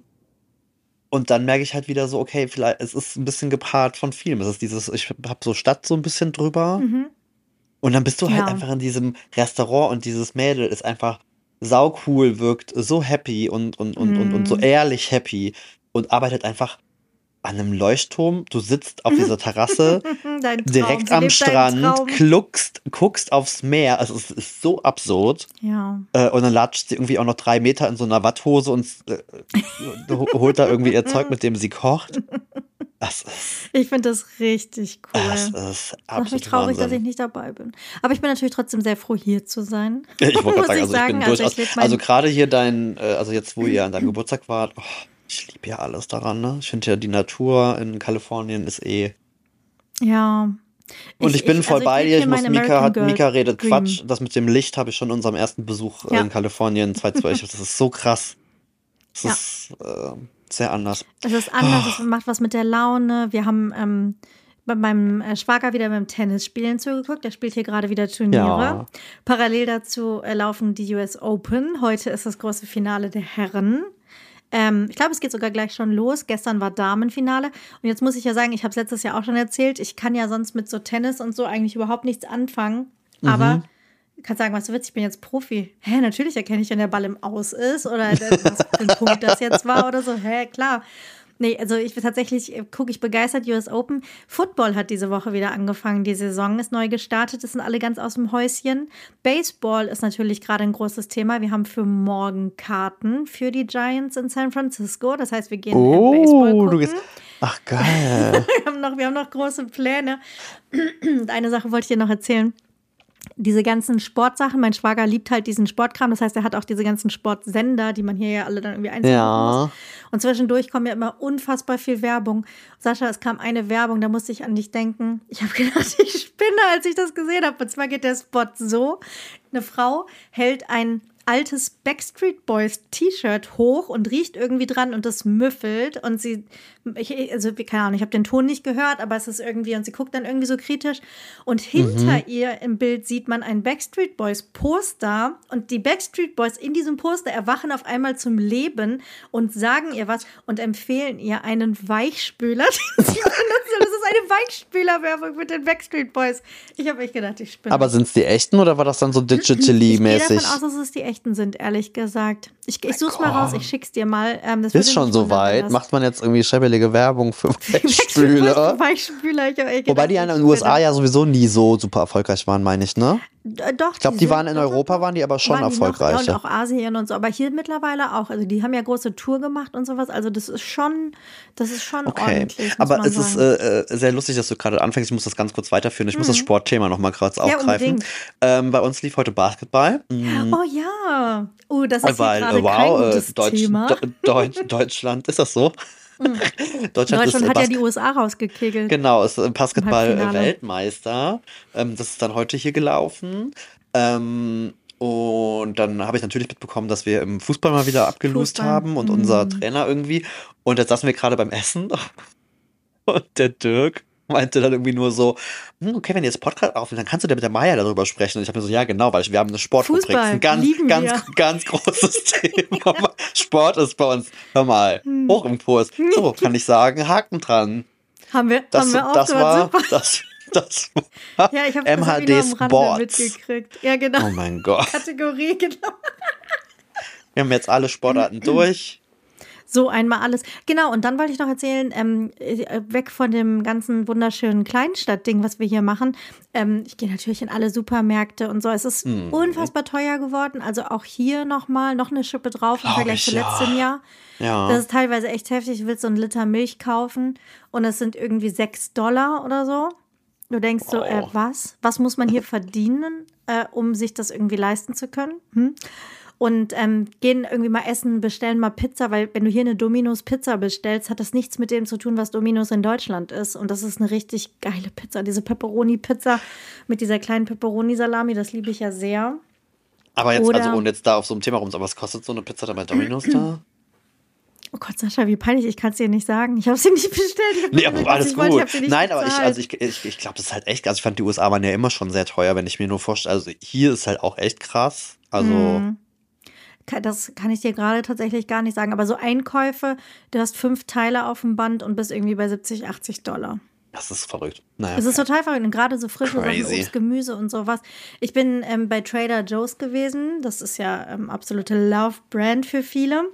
und dann merke ich halt wieder so, okay, vielleicht, es ist ein bisschen gepaart von vielem. Es ist dieses, ich habe so Stadt so ein bisschen drüber. Mhm. Und dann bist du halt Ja. einfach in diesem Restaurant und dieses Mädel ist einfach saucool, wirkt so happy und, und, und, und, und so Mhm. ehrlich happy und arbeitet einfach an einem Leuchtturm. Du sitzt auf dieser Terrasse, Dein Traum. direkt Sie am lebt deinen Strand, Traum. guckst, guckst aufs Meer. Also es ist so absurd. Ja. Äh, und dann latscht sie irgendwie auch noch drei Meter in so einer Watthose und äh, ho- holt da irgendwie ihr Zeug, mit dem sie kocht. Das ist, Ich finde das richtig cool. das ist Macht mich absolut traurig, dass ich Wahnsinn. nicht dabei bin. Aber ich bin natürlich trotzdem sehr froh, hier zu sein. Ich wollte Muss gerade sagen, ich also ich bin sagen. Also durchaus, ich lebe mein- also gerade hier dein, äh, also jetzt, wo ihr an deinem Geburtstag wart, oh, ich liebe ja alles daran, ne? Ich finde ja die Natur in Kalifornien ist eh. Ja. Und ich, bin voll also bei lebe dir. Ich hier muss, mein Mika, American hat, Girl Mika redet Dream. Quatsch. Das mit dem Licht habe ich schon in unserem ersten Besuch äh, Ja. in Kalifornien zweitausendzwölf. Das ist so krass. Das Ja. ist äh, sehr anders. Es ist anders, Oh. es macht was mit der Laune. Wir haben ähm, bei meinem äh, Schwager wieder beim Tennisspielen zugeguckt. Der spielt hier gerade wieder Turniere. Ja. Parallel dazu äh, laufen die U S Open. Heute ist das große Finale der Herren. Ähm, ich glaube, es geht sogar gleich schon los. Gestern war Damenfinale. Und jetzt muss ich ja sagen, ich habe es letztes Jahr auch schon erzählt, ich kann ja sonst mit so Tennis und so eigentlich überhaupt nichts anfangen. Aber du kannst sagen, was du willst, ich bin jetzt Profi. Hä, natürlich erkenne ich, wenn der Ball im Aus ist oder das, was für ein Punkt das jetzt war oder so. Hä, klar. Nee, also ich bin tatsächlich, gucke ich begeistert U S Open. Football hat diese Woche wieder angefangen. Die Saison ist neu gestartet. Es sind alle ganz aus dem Häuschen. Baseball ist natürlich gerade ein großes Thema. Wir haben für morgen Karten für die Giants in San Francisco. Das heißt, wir gehen äh, Baseball Oh, gucken. du gehst. Ach, geil. Wir haben noch, wir haben noch große Pläne. Und eine Sache wollte ich dir noch erzählen. Diese ganzen Sportsachen, mein Schwager liebt halt diesen Sportkram, das heißt, er hat auch diese ganzen Sportsender, die man hier ja alle dann irgendwie einzeln gucken Ja. muss. Und zwischendurch kommt ja immer unfassbar viel Werbung. Sascha, es kam eine Werbung, da musste ich an dich denken. Ich habe gedacht, ich spinne, als ich das gesehen habe. Und zwar geht der Spot so: Eine Frau hält ein altes Backstreet Boys T-Shirt hoch und riecht irgendwie dran und das müffelt und sie, ich, also keine Ahnung, ich habe den Ton nicht gehört, aber es ist irgendwie, und sie guckt dann irgendwie so kritisch und hinter Mhm. ihr im Bild sieht man ein Backstreet Boys Poster und die Backstreet Boys in diesem Poster erwachen auf einmal zum Leben und sagen ihr was und empfehlen ihr einen Weichspüler, den sie benutzen. Das ist eine Weichspülerwerbung mit den Backstreet Boys. Ich habe echt gedacht, ich spinne. Aber sind es die echten oder war das dann so Ich gehe digitally-mäßig? davon aus, dass es die echten sind, ehrlich gesagt. Ich, ich such's Mein mal raus, Gott. ich schick's dir mal. Ähm, das würde Ist schon mich so wundern, wenn weit. das- Macht man jetzt irgendwie schäbelige Werbung für Backstreet Weichspüler? Boys Weichspüler. Ich hab echt Wobei gedacht, die ja in ich den U S A spinne. ja sowieso nie so super erfolgreich waren, meine ich, ne? D- Doch, Ich glaube, die waren in Europa, waren die aber schon waren die noch, ja, und erfolgreicher. auch Asien und so, aber hier mittlerweile auch. Also die haben ja große Tour gemacht und sowas. Also das ist schon, das ist schon Okay, ordentlich, muss aber man es ist sagen. äh, äh, sehr lustig, dass du gerade anfängst. Ich muss das ganz kurz weiterführen. Ich muss das Mhm. Sportthema noch mal kurz Ja, aufgreifen. unbedingt. Ähm, bei uns lief heute Basketball. Mhm. Oh ja. Oh, das ist hier Weil, gerade äh, kein wow, äh, gutes Deutsch, Thema. Do, Deutsch, Deutschland, ist das so? Mhm. Deutschland ist Deutschland äh, hat ja Bas die U S A rausgekegelt genau, ist äh, im Halbfinale. Basketball-Weltmeister. Ähm, das ist dann heute hier gelaufen. Ähm, und dann habe ich natürlich mitbekommen, dass wir im Fußball mal wieder abgelost Fußball. haben und unser Mhm. Trainer irgendwie. Und jetzt saßen wir gerade beim Essen und der Dirk meinte dann irgendwie nur so, hm, okay, wenn ihr jetzt Podcast aufnimmt, dann kannst du ja mit der Maya darüber sprechen. Und ich habe mir so, ja genau, weil wir haben eine Sportrubrik. Das ist ein Fußball ganz, lieben ganz, wir. ganz großes Thema. Sport ist bei uns, hör mal, Hm. hoch im Kurs. So, kann ich sagen, Haken dran. Haben wir, Das, haben wir auch das gehört, war, super. das, das war Ja, ich habe das hab ich nur M H D am Rande Sports. mitgekriegt. Ja, genau. Oh mein Gott. Kategorie, genau. Wir haben jetzt alle Sportarten durch. So einmal alles. Genau, und dann wollte ich noch erzählen, ähm, äh, weg von dem ganzen wunderschönen Kleinstadt-Ding, was wir hier machen. Ähm, ich gehe natürlich in alle Supermärkte und so. Es ist Mhm. unfassbar teuer geworden. Also auch hier nochmal, noch eine Schippe drauf im Glaub Vergleich ich, zu ja. letztem Jahr. Das Ja. ist teilweise echt heftig. Du willst so einen Liter Milch kaufen und es sind irgendwie sechs Dollar oder so. Du denkst so, äh, Wow. was? Was muss man hier verdienen, äh, um sich das irgendwie leisten zu können? Hm? Und ähm, gehen irgendwie mal essen, bestellen mal Pizza, weil wenn du hier eine Domino's Pizza bestellst, hat das nichts mit dem zu tun, was Domino's in Deutschland ist. Und das ist eine richtig geile Pizza. Diese Pepperoni-Pizza mit dieser kleinen Pepperoni-Salami, das liebe ich ja sehr. Aber jetzt, Oder- also, und jetzt da auf so einem Thema rum, aber was kostet so eine Pizza da bei Domino's da? Oh Gott, Sascha, wie peinlich, ich kann es dir nicht sagen. Ich habe sie nicht bestellt. Ich hab Nee, nur aber gesagt, alles ich wollte, ich gut. hab sie nicht Nein, aber ich, bezahlt. also ich, ich, ich glaube, das ist halt echt, also ich fand die U S A waren ja immer schon sehr teuer, wenn ich mir nur vorstelle, also hier ist halt auch echt krass. Also, Mhm. Ka- Das kann ich dir gerade tatsächlich gar nicht sagen. Aber so Einkäufe, du hast fünf Teile auf dem Band und bist irgendwie bei siebzig, achtzig Dollar. das ist verrückt. Naja, Es ist okay. total verrückt. Und gerade so frische Sachen, Crazy. Obst, Gemüse und sowas. Ich bin ähm, bei Trader Joe's gewesen. Das ist ja ähm, absolute Love-Brand für viele.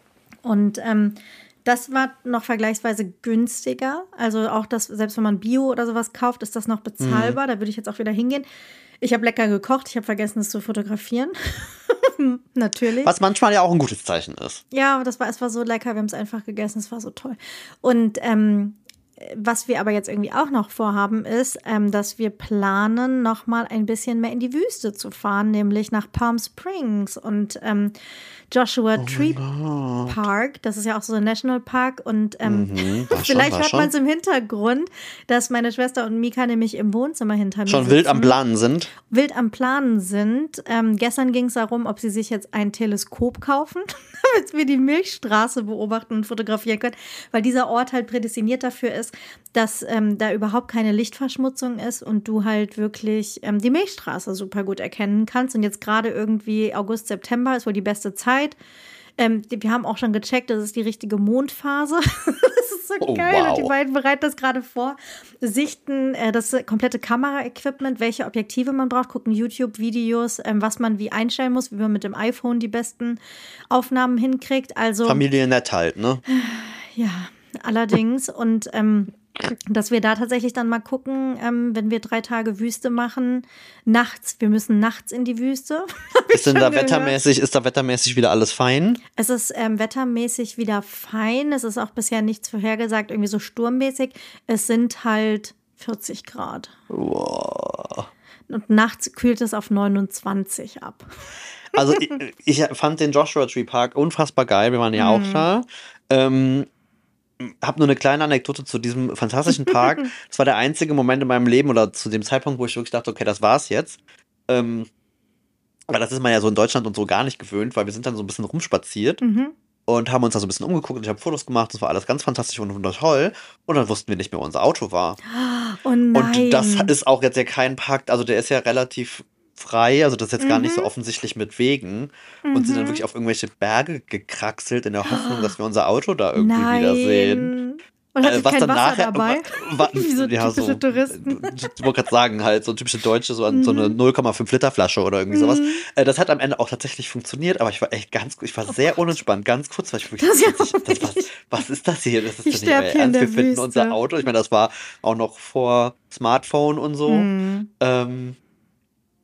Und ähm, das war noch vergleichsweise günstiger. Also auch das, selbst wenn man Bio oder sowas kauft, ist das noch bezahlbar. Da würde ich jetzt auch wieder hingehen. Ich habe lecker gekocht. Ich habe vergessen, es zu fotografieren. Natürlich. Was manchmal ja auch ein gutes Zeichen ist. Ja, aber das war, es war so lecker, wir haben es einfach gegessen, es war so toll. Und ähm, was wir aber jetzt irgendwie auch noch vorhaben, ist, ähm, dass wir planen, noch mal ein bisschen mehr in die Wüste zu fahren, nämlich nach Palm Springs und ähm, Joshua Tree Park. Das ist ja auch so ein Nationalpark und ähm, Mhm, war schon, vielleicht war hört schon. man es im Hintergrund, dass meine Schwester und Mika nämlich im Wohnzimmer hinter mir Schon sitzen. wild am Planen sind. wild am Planen sind. Ähm, gestern ging es darum, ob sie sich jetzt ein Teleskop kaufen, damit wir die Milchstraße beobachten und fotografieren können, weil dieser Ort halt prädestiniert dafür ist, dass ähm, da überhaupt keine Lichtverschmutzung ist und du halt wirklich ähm, die Milchstraße super gut erkennen kannst. Und jetzt gerade irgendwie August, September ist wohl die beste Zeit. Ähm, die, wir haben auch schon gecheckt, das ist die richtige Mondphase. Das ist so Oh, geil. wow. Und die beiden bereiten das gerade vor, sichten äh, das komplette Kameraequipment, welche Objektive man braucht, gucken YouTube-Videos, ähm, was man wie einstellen muss, wie man mit dem iPhone die besten Aufnahmen hinkriegt. Also Familie nett halt, ne? ja, allerdings. Und ähm, dass wir da tatsächlich dann mal gucken, ähm, wenn wir drei Tage Wüste machen, nachts, wir müssen nachts in die Wüste. Hab ich Ist denn schon da gehört. wettermäßig, ist da wettermäßig wieder alles fein? Es ist ähm, wettermäßig wieder fein. Es ist auch bisher nichts vorhergesagt, irgendwie so sturmmäßig. Es sind halt vierzig Grad. Wow. Und nachts kühlt es auf neunundzwanzig ab. Also ich, ich fand den Joshua Tree Park unfassbar geil. Wir waren ja Mhm. auch da. Ähm, hab nur eine kleine Anekdote zu diesem fantastischen Park. Das war der einzige Moment in meinem Leben oder zu dem Zeitpunkt, wo ich wirklich dachte, okay, das war's jetzt. Ähm, aber das ist man ja so in Deutschland und so gar nicht gewöhnt, weil wir sind dann so ein bisschen rumspaziert Mhm. und haben uns da so ein bisschen umgeguckt und ich habe Fotos gemacht. Das war alles ganz fantastisch und wundertoll. Und dann wussten wir nicht mehr, wo unser Auto war. Oh nein. Und das ist auch jetzt ja kein Park, also der ist ja relativ frei, also das ist jetzt gar nicht so offensichtlich mit Wegen und sind dann wirklich auf irgendwelche Berge gekraxelt in der Hoffnung, dass wir unser Auto da irgendwie Nein. wiedersehen. Und hattet Äh, was kein dann Wasser nachher, dabei? wa- wa- Wie so ja, typische Touristen. Ich wollte gerade sagen, halt so typische Deutsche, so, an- so eine null Komma fünf Liter Flasche oder irgendwie sowas. Mhm. Äh, das hat am Ende auch tatsächlich funktioniert, aber ich war echt ganz, ich war sehr unentspannt, ganz kurz, weil ich wirklich, Das ist ja das, das, was, was ist das hier? Das ist Ich doch nicht sterb euer hier in Ernst, der wir finden Wüste. unser Auto. Ich meine, das war auch noch vor Smartphone und so. Mhm. Ähm,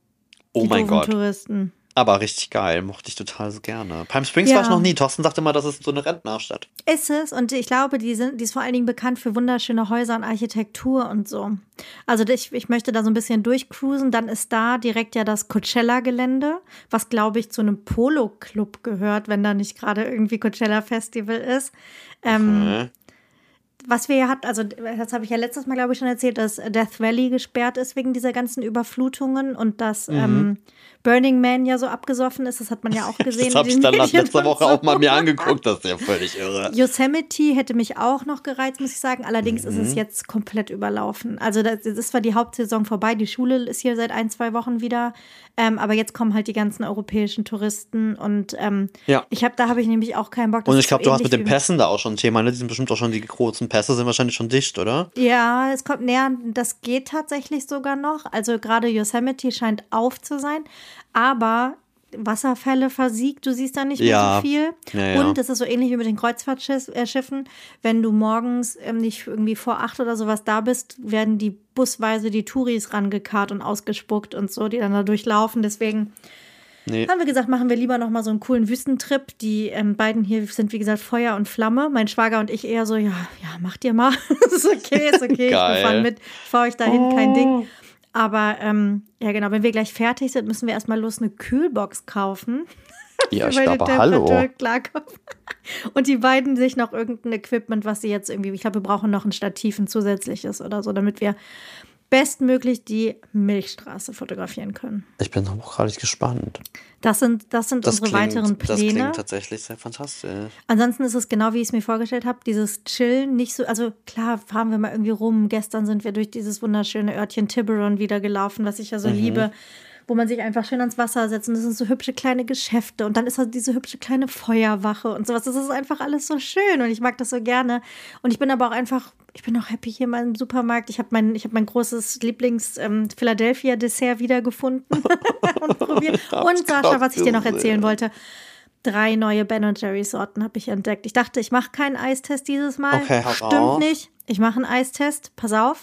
Oh Die mein doofen Gott. Touristen. Aber richtig geil, mochte ich total so gerne. Palm Springs war ich Ja. noch nie. Thorsten sagte immer, das ist so eine Rentnerstadt. Ist es und ich glaube, die sind, die ist vor allen Dingen bekannt für wunderschöne Häuser und Architektur und so. Also ich, ich möchte da so ein bisschen durchcruisen. Dann ist da direkt ja das Coachella-Gelände, was glaube ich zu einem Polo-Club gehört, wenn da nicht gerade irgendwie Coachella-Festival ist. Ähm, Okay. Was wir ja hatten, also das habe ich ja letztes Mal, glaube ich, schon erzählt, dass Death Valley gesperrt ist wegen dieser ganzen Überflutungen und dass Mhm. ähm, Burning Man ja so abgesoffen ist. Das hat man ja auch gesehen. Das habe in ich den dann Medien letzte und Woche so. auch mal mir angeguckt. Das ist ja völlig irre. Yosemite hätte mich auch noch gereizt, muss ich sagen. Allerdings ist es Mhm. jetzt komplett überlaufen. Also das das ist zwar die Hauptsaison vorbei, die Schule ist hier seit ein, zwei Wochen wieder, ähm, aber jetzt kommen halt die ganzen europäischen Touristen und ähm, Ja. ich habe, da habe ich nämlich auch keinen Bock. Das Und ist ich glaube, so du hast mit ähnlich den wie- Pässen da auch schon ein Thema, ne? Die sind bestimmt auch schon, die großen Pässe sind wahrscheinlich schon dicht, oder? Ja, es kommt näher, das geht tatsächlich sogar noch. Also gerade Yosemite scheint auf zu sein, aber Wasserfälle versiegt, du siehst da nicht mehr Ja. so viel. Ja, ja. Und es ist so ähnlich wie mit den Kreuzfahrtschiffen. Wenn du morgens ähm, nicht irgendwie vor acht oder sowas da bist, werden die busweise die Touris rangekarrt und ausgespuckt und so, die dann da durchlaufen. Deswegen Nee. haben wir gesagt, machen wir lieber noch mal so einen coolen Wüstentrip. Die ähm, beiden hier sind, wie gesagt, Feuer und Flamme. Mein Schwager und ich eher so, ja, ja, macht ihr mal. ist okay, ist okay, Geil. wir fahren mit. Ich fahre euch dahin, kein Ding. Aber ähm, ja, genau, wenn wir gleich fertig sind, müssen wir erstmal los eine Kühlbox kaufen. Ja, ich weil die glaube, hallo. Temperatur klarkommt. Und die beiden sich noch irgendein Equipment, was sie jetzt irgendwie, ich glaube, wir brauchen noch ein Stativ, ein zusätzliches oder so, damit wir bestmöglich die Milchstraße fotografieren können. Ich bin hochgradig gespannt. Das sind, das sind Das unsere klingt, weiteren das Pläne. klingt tatsächlich sehr fantastisch. Ansonsten ist es genau, wie ich es mir vorgestellt habe, dieses Chillen, nicht so, also klar, fahren wir mal irgendwie rum. Gestern sind wir durch dieses wunderschöne Örtchen Tiburon wieder gelaufen, was ich ja so Mhm. liebe, wo man sich einfach schön ans Wasser setzt und das sind so hübsche kleine Geschäfte und dann ist halt diese hübsche kleine Feuerwache und sowas. Das ist einfach alles so schön und ich mag das so gerne. Und ich bin aber auch einfach, ich bin auch happy hier mal im Supermarkt. Ich habe mein, ich hab mein großes Lieblings-Philadelphia-Dessert wiedergefunden und probiert. Und Sascha, was ich dir noch erzählen wollte, drei neue Ben Jerry's Sorten habe ich entdeckt. Ich dachte, ich mache keinen Eistest dieses Mal. Okay, hau Stimmt raus. nicht. Ich mache einen Eistest. Pass auf.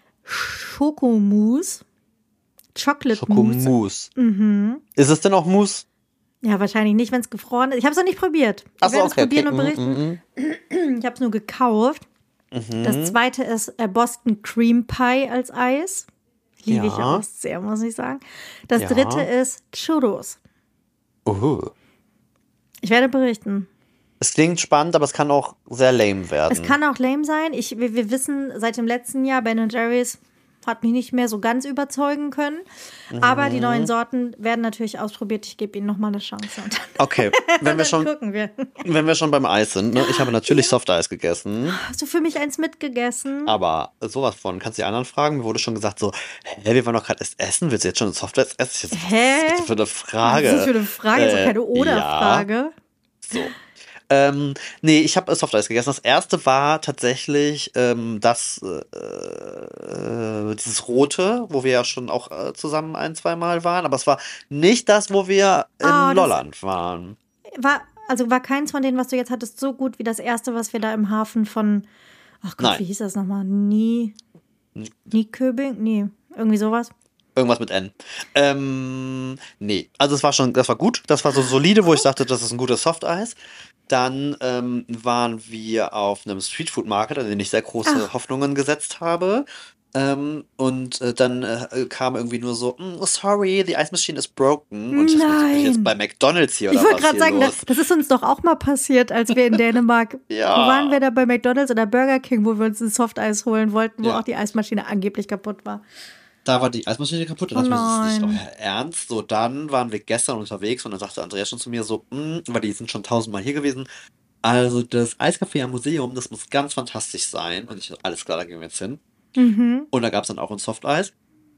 Schokomousse. Chocolate Mousse. Schokomousse. Mhm. Ist es denn auch Mousse? Ja, wahrscheinlich nicht, wenn es gefroren ist. Ich habe es noch nicht probiert. Ich Achso, werde okay. es probieren okay. und berichten. Mm, mm, Ich habe es nur gekauft. Mhm. Das zweite ist äh, Boston Cream Pie als Eis. Liebe ich Ja. auch sehr, muss ich sagen. Das Ja. dritte ist Churros. Uhu. Ich werde berichten. Es klingt spannend, aber es kann auch sehr lame werden. Es kann auch lame sein. Ich, wir, wir wissen seit dem letzten Jahr, Ben Jerry's hat mich nicht mehr so ganz überzeugen können. Aber die neuen Sorten werden natürlich ausprobiert. Ich gebe ihnen nochmal eine Chance. Und dann, Okay, wenn wir dann schon, gucken wir. wenn wir schon beim Eis sind, ne? Ich habe natürlich Softeis gegessen, Hast du für mich eins mitgegessen? aber sowas von, kannst du die anderen fragen? Mir wurde schon gesagt so, hä, wir wollen doch gerade erst essen, willst du jetzt schon ein Softeis essen? Ich jetzt, Hä? Was ist das für eine Frage? Was ist das für eine Frage? Das ist Äh, doch keine Oder-Frage. So. Ähm, nee, ich habe Softeis gegessen. Das erste war tatsächlich ähm, das, äh, äh, dieses rote, wo wir ja schon auch äh, zusammen ein, zwei Mal waren. Aber es war nicht das, wo wir in Ah, das- Lolland waren. War, also war keins von denen, was du jetzt hattest, so gut wie das erste, was wir da im Hafen von, ach Gott, Nein. wie hieß das nochmal? Nie, Nieköbing? Nee, irgendwie sowas. Irgendwas mit N. Ähm, nee, also es war schon, das war gut. Das war so solide, wo ich dachte, das ist ein gutes Softeis. Dann ähm, waren wir auf einem Streetfood-Market, an den ich sehr große Ach. Hoffnungen gesetzt habe. Ähm, und äh, dann äh, kam irgendwie nur so, "Mm, oh, sorry, die Eismaschine ist broken. Und ich dachte, bin ich jetzt Nein. bei McDonald's hier Ich oder wollte was gerade hier sagen, los? das, das ist uns doch auch mal passiert, als wir in Dänemark, Ja. wo waren wir da bei McDonalds oder Burger King, wo wir uns ein Softeis holen wollten, wo Ja. auch die Eismaschine angeblich kaputt war. Da war die Eismaschine kaputt und Oh dachte mir, das ist nicht nein. euer Ernst. So, dann waren wir gestern unterwegs und dann sagte Andreas schon zu mir so, "Mm", weil die sind schon tausendmal hier gewesen. Also das Eiscafé am Museum, das muss ganz fantastisch sein. Und ich so, alles klar, da gehen wir jetzt hin. Mhm. Und da gab es dann auch ein Softeis.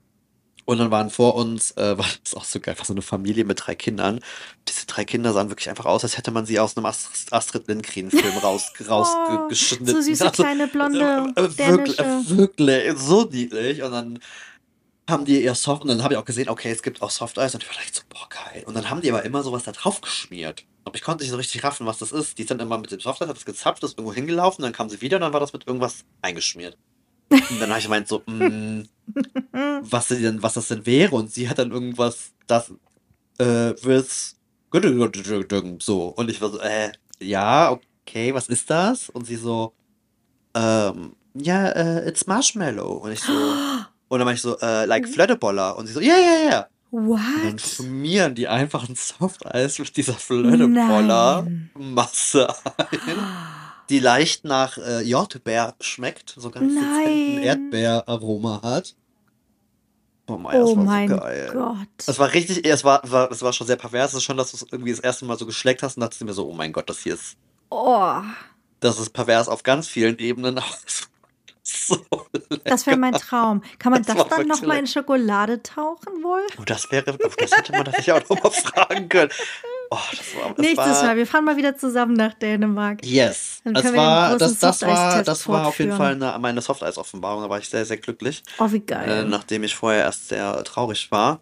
Und dann waren vor uns, äh, war das auch so geil, war so eine Familie mit drei Kindern. Diese drei Kinder sahen wirklich einfach aus, als hätte man sie aus einem Ast Astrid Lindgren-Film raus, rausgeschnitten. Oh, so süße kleine blonde äh, wirklich, dänische. äh, wirklich, so niedlich. Und dann haben die ihr Soft, und dann habe ich auch gesehen, okay, es gibt auch Softeis. Und ich war direkt so, boah, geil. Und dann haben die aber immer sowas da drauf geschmiert. Aber ich konnte nicht so richtig raffen, was das ist. Die sind immer mit dem Softeis, hat es gezapft, ist irgendwo hingelaufen, dann kamen sie wieder und dann war das mit irgendwas eingeschmiert. Und dann habe ich gemeint so, mm, was denn, was das denn wäre. Und sie hat dann irgendwas, das, äh, with so. Und ich war so, äh, ja, okay, was ist das? Und sie so, ähm, ja, äh, it's Marshmallow. Und ich so, und dann meinte ich so, äh, like Flödeboller. Und sie so, ja, ja, ja. Und dann What? schmieren die einfach ein Softeis mit dieser Flödeboller-Masse ein, die leicht nach äh, Jottbeer schmeckt, so ganz dezenten Nein. Erdbeeraroma hat. Oh mein, das Oh war so mein geil. Gott. Es war richtig, es war, war, es war schon sehr pervers, es ist schon, dass du es irgendwie das erste Mal so geschleckt hast und dachtest mir so, oh mein Gott, das hier ist, Oh, das ist pervers auf ganz vielen Ebenen, aber es war so das wäre mein lecker. Traum. Kann man Das das war dann wirklich nochmal in lecker. Schokolade tauchen wohl? Oh, das wäre, oh, das hätte man sich auch noch mal fragen können. Oh, das war, das Nächstes Mal, war, wir fahren mal wieder zusammen nach Dänemark. yes. Dann Das können wir den war, großen das, das war, Softeistest das war auf jeden Fall fortführen. eine, meine Softeis-Offenbarung, da war ich sehr, sehr glücklich, Oh, wie äh, geil. nachdem ich vorher erst sehr traurig war.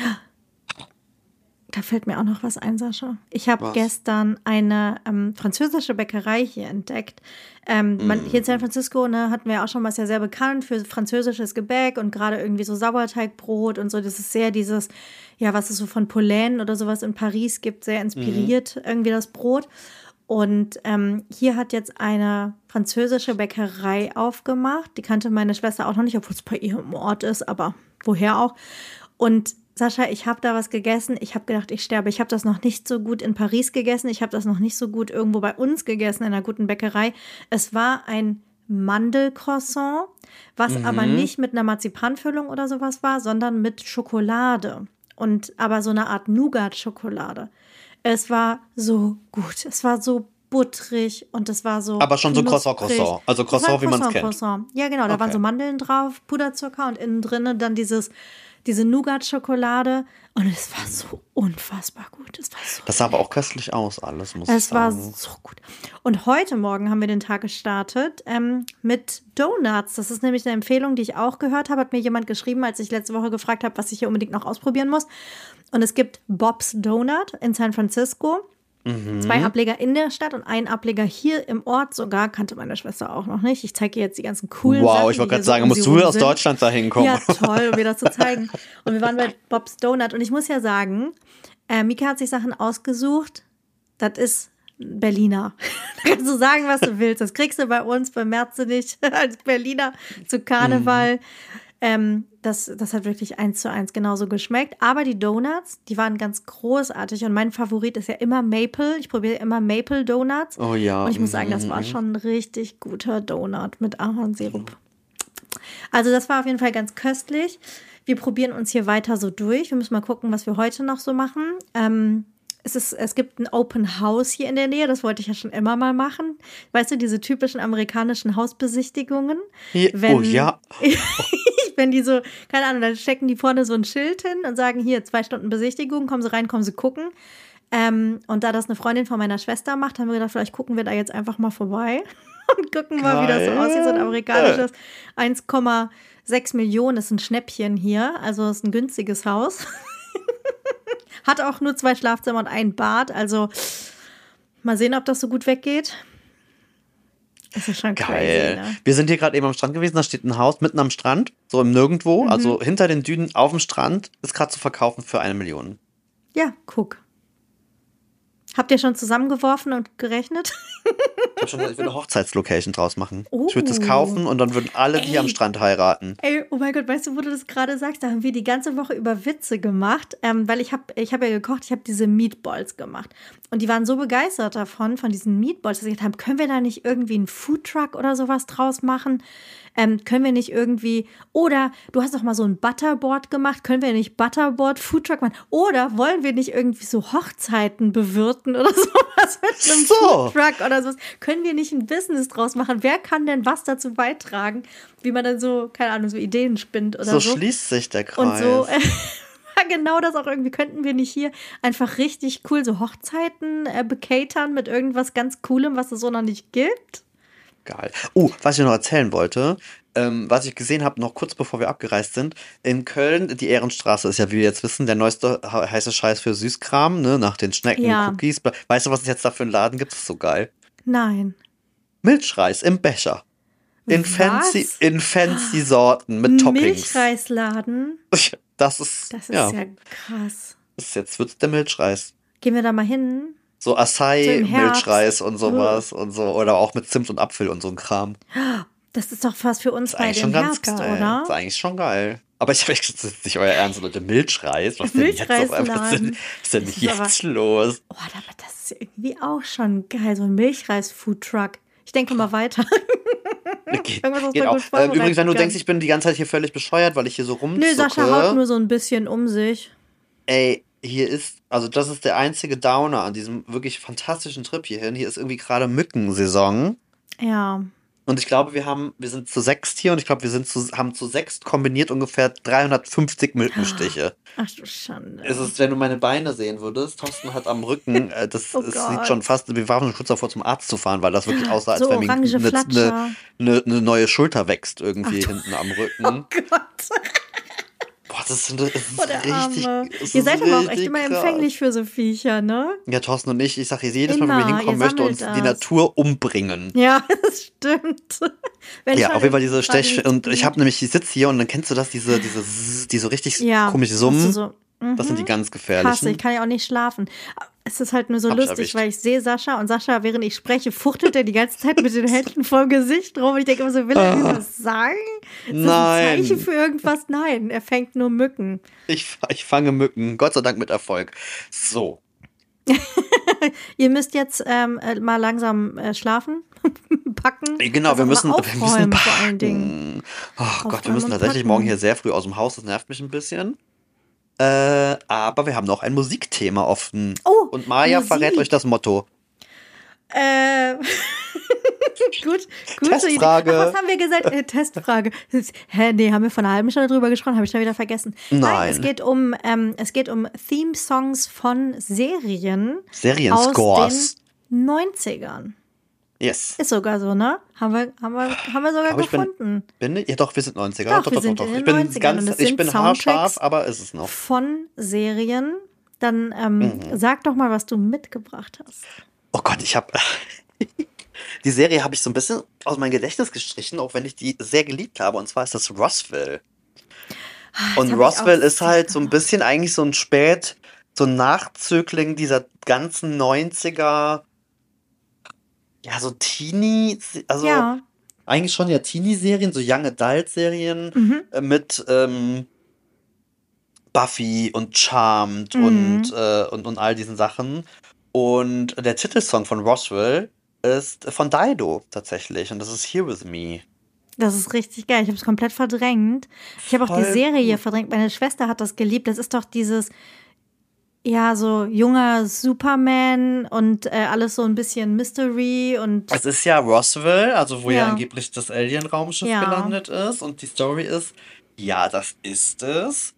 Da fällt mir auch noch was ein, Sascha. Ich habe Was? gestern eine ähm, französische Bäckerei hier entdeckt. Ähm, man, hier in San Francisco, ne, hatten wir ja auch schon mal, ist ja sehr bekannt für französisches Gebäck und gerade irgendwie so Sauerteigbrot und so. Das ist sehr dieses, ja, was es so von Poulain oder sowas in Paris gibt, sehr inspiriert irgendwie das Brot. Und ähm, hier hat jetzt eine französische Bäckerei aufgemacht. Die kannte meine Schwester auch noch nicht, obwohl es bei ihr im Ort ist, aber woher auch. Und Sascha, ich habe da was gegessen. Ich habe gedacht, ich sterbe. Ich habe das noch nicht so gut in Paris gegessen. Ich habe das noch nicht so gut irgendwo bei uns gegessen, in einer guten Bäckerei. Es war ein Mandelcroissant, was Mhm. aber nicht mit einer Marzipanfüllung oder sowas war, sondern mit Schokolade. Und aber so eine Art Nougat-Schokolade. Es war so gut. Es war so butterig und es war so Aber schon so knusprig. Croissant-Croissant. Also Es war ein Croissant, wie man es kennt. Croissant. Ja, genau. Da waren Okay. so Mandeln drauf, Puderzucker und innen drinne dann dieses, diese Nougat-Schokolade. Und es war so unfassbar gut. Es war so Das sah aber auch köstlich aus, alles, muss ich es war sagen. so gut. Und heute Morgen haben wir den Tag gestartet ähm, mit Donuts. Das ist nämlich eine Empfehlung, die ich auch gehört habe. Hat mir jemand geschrieben, als ich letzte Woche gefragt habe, was ich hier unbedingt noch ausprobieren muss. Und es gibt Bob's Donut in San Francisco. Mhm. Zwei Ableger in der Stadt und einen Ableger hier im Ort sogar. Kannte meine Schwester auch noch nicht. Ich zeige ihr jetzt die ganzen coolen Sachen. Wow, ich wollte die hier gerade so sagen, um musst sie du rum aus sind. Deutschland da hinkommen? Ja, toll, um mir das zu zeigen. Und wir waren bei Bob's Donut. Und ich muss ja sagen, äh, Mika hat sich Sachen ausgesucht. Das ist Berliner. Da kannst du sagen, was du willst. Das kriegst du bei uns, bemerkst du nicht, als Berliner zu Karneval. Ähm, das, das hat wirklich eins zu eins genauso geschmeckt. Aber die Donuts, die waren ganz großartig. Und mein Favorit ist ja immer Maple. Ich probiere immer Maple Donuts. Oh ja. Und ich muss sagen, das war mhm. schon ein richtig guter Donut mit Ahornsirup. Also das war auf jeden Fall ganz köstlich. Wir probieren uns hier weiter so durch. Wir müssen mal gucken, was wir heute noch so machen. Ähm, es, ist, es gibt ein Open House hier in der Nähe. Das wollte ich ja schon immer mal machen. Weißt du, diese typischen amerikanischen Hausbesichtigungen. Hier, Wenn, oh ja. wenn die so, keine Ahnung, dann stecken die vorne so ein Schild hin und sagen, hier, zwei Stunden Besichtigung, kommen Sie rein, kommen Sie gucken. Ähm, und da das eine Freundin von meiner Schwester macht, haben wir gedacht, vielleicht gucken wir da jetzt einfach mal vorbei und gucken mal, wie das so Geil. aussieht. So ein amerikanisches eins Komma sechs Millionen ist ein Schnäppchen hier, also ist ein günstiges Haus. Hat auch nur zwei Schlafzimmer und ein Bad, also mal sehen, ob das so gut weggeht. Das ist schon Geil. crazy, ne? Wir sind hier gerade eben am Strand gewesen, da steht ein Haus mitten am Strand, so im Nirgendwo, Mhm. also hinter den Dünen auf dem Strand, ist gerade zu verkaufen für eine Million. Ja, guck. Habt ihr schon zusammengeworfen und gerechnet? Ich habe schon gesagt, ich will eine Hochzeitslocation draus machen. Oh. Ich würde es kaufen und dann würden alle hier am Strand heiraten. Ey, oh mein Gott, weißt du, wo du das gerade sagst? Da haben wir die ganze Woche über Witze gemacht, ähm, weil ich habe ich hab ja gekocht, ich habe diese Meatballs gemacht. Und die waren so begeistert davon, von diesen Meatballs, dass sie gesagt haben, können wir da nicht irgendwie einen Foodtruck oder sowas draus machen? Ähm, können wir nicht irgendwie, oder du hast doch mal so ein Butterboard gemacht, können wir nicht Butterboard Foodtruck machen? Oder wollen wir nicht irgendwie so Hochzeiten bewirten oder sowas mit einem So. Foodtruck oder sowas? Können wir nicht ein Business draus machen? Wer kann denn was dazu beitragen, wie man dann so, keine Ahnung, so Ideen spinnt oder So so? schließt sich der Und Kreis. so, äh, war genau das auch irgendwie, könnten wir nicht hier einfach richtig cool so Hochzeiten äh, bekatern mit irgendwas ganz Coolem, was es so noch nicht gibt? Geil. Oh, was ich noch erzählen wollte, ähm, was ich gesehen habe, noch kurz bevor wir abgereist sind, in Köln, die Ehrenstraße ist ja, wie wir jetzt wissen, der neueste he- heiße Scheiß für Süßkram, ne, nach den Schnecken, Ja. Cookies. Weißt du, was es jetzt da für einen Laden gibt? Das ist so geil. Nein. Milchreis im Becher. In fancy, Was? in fancy Sorten mit Toppings. Milchreisladen? Das ist, Das ist ja, ja krass. das ist, jetzt wird's der Milchreis. Gehen wir da mal hin? So So Acai, im Herbst. Milchreis und sowas und so. Oder auch mit Zimt und Apfel und so ein Kram. Das ist doch was für uns Das ist beide eigentlich im schon ganz Herbst, geil. Das oder? ist eigentlich schon geil. Aber ich habe echt, das ist nicht euer Ernst, Leute. Milchreis? Was denn jetzt auf einmal? Was ist denn, Milchreisladen. was ist denn Das ist jetzt los? Oh, aber das ist irgendwie auch schon geil. So ein Milchreis-Foodtruck. Ich denke mal weiter. Geht, Irgendwas, was geht man auch. gut Ähm, vorbereiten übrigens, wenn du kann. denkst, ich bin die ganze Zeit hier völlig bescheuert, weil ich hier so rumzucke. Nö, Sascha haut nur so ein bisschen um sich. Ey, hier ist, also das ist der einzige Downer an diesem wirklich fantastischen Trip hierhin. Hier ist irgendwie gerade Mückensaison. Ja. Und ich glaube, wir haben, wir sind zu sechst hier und ich glaube, wir sind zu, haben zu sechst kombiniert ungefähr dreihundertfünfzig Mückenstiche. Ach du Schande. Es ist, wenn du meine Beine sehen würdest, Thorsten hat am Rücken, äh, das Oh es Gott. sieht schon fast, wir waren schon kurz davor zum Arzt zu fahren, weil das wirklich aussah, als So wenn mir orange eine, Flatscher. eine, eine, eine neue Schulter wächst irgendwie hinten am Rücken. Oh Gott. Boah, das ist, das ist Oh, der richtig. Arme. Das Ihr ist seid aber auch echt richtig immer krass. empfänglich für so Viecher, ne? Ja, Thorsten und ich, ich sage jedes Mal, wenn wir Immer, hinkommen, ihr möchte uns sammelt die das. Natur umbringen. Ja, das stimmt. Wenn Ja, schon auf jeden Fall im diese Stech. Paradies Und ich bin. habe nämlich, ich sitze hier und dann kennst du das, diese, diese, Zzz, die so richtig Ja, komisch hast du summen. so, Das sind die mhm. ganz Hasse, gefährlichen. ich kann ja auch nicht schlafen. Es ist halt nur so Hab ich lustig, erwischt. weil ich sehe Sascha und Sascha, während ich spreche, fuchtelt er die ganze Zeit mit den Händen vorm Gesicht rum. Und ich denke immer so, will er mir was sagen? Ist das ein Zeichen Nein, für irgendwas? Nein, er fängt nur Mücken. ich, ich fange Mücken. Gott sei Dank mit Erfolg. So. Ihr müsst jetzt ähm, äh, mal langsam äh, schlafen, packen. Genau, also wir mal müssen, wir aufräumen müssen vor allen Dingen. packen. Oh Gott, wir Aufräumen müssen und tatsächlich packen. morgen hier sehr früh aus dem Haus. Das nervt mich ein bisschen. Äh, aber wir haben noch ein Musikthema offen. Oh, Und Maja verrät Musik. euch das Motto. Äh, gut, gute Idee. Testfrage. Ach, was haben wir gesagt? Äh, Testfrage. Hä, nee, haben wir vor einer halben Stunde drüber gesprochen, habe ich schon wieder vergessen. Nein. es geht um, ähm, es geht um Theme-Songs von Serien aus Serienscores. den neunzigern. Yes. Ist sogar so, ne? Haben wir, haben wir, haben wir sogar Aber ich bin- gefunden. Bin ich? Ja, doch, wir sind neunziger. Doch, wir sind in den Ich bin neunzigern und ganz, es ich sind bin Soundtracks haarscharf, aber ist es noch. Von Serien. Dann ähm, Mhm. sag doch mal, was du mitgebracht hast. Oh Gott, ich habe die Serie habe ich so ein bisschen aus meinem Gedächtnis gestrichen, auch wenn ich die sehr geliebt habe. Und zwar ist das Roswell. Und hab ich Roswell auch ist halt so ein gemacht. bisschen eigentlich so ein Spät, so ein Nachzögling dieser ganzen neunziger, ja, so Teenie, also Ja. eigentlich schon ja Teenie-Serien, so Young Adult-Serien Mhm. äh, mit ähm, Buffy und Charmed Mhm. und, äh, und, und all diesen Sachen. Und der Titelsong von Roswell ist von Dido tatsächlich. Und das ist Here With Me. Das ist richtig geil. Ich habe es komplett verdrängt. Ich habe auch die Voll Serie gut. verdrängt. Meine Schwester hat das geliebt. Das ist doch dieses, ja, so junger Superman und äh, alles so ein bisschen Mystery und Es ist ja Roswell, also wo ja, Ja. angeblich das Alien-Raumschiff Ja. gelandet ist. Und die Story ist, ja, das ist es.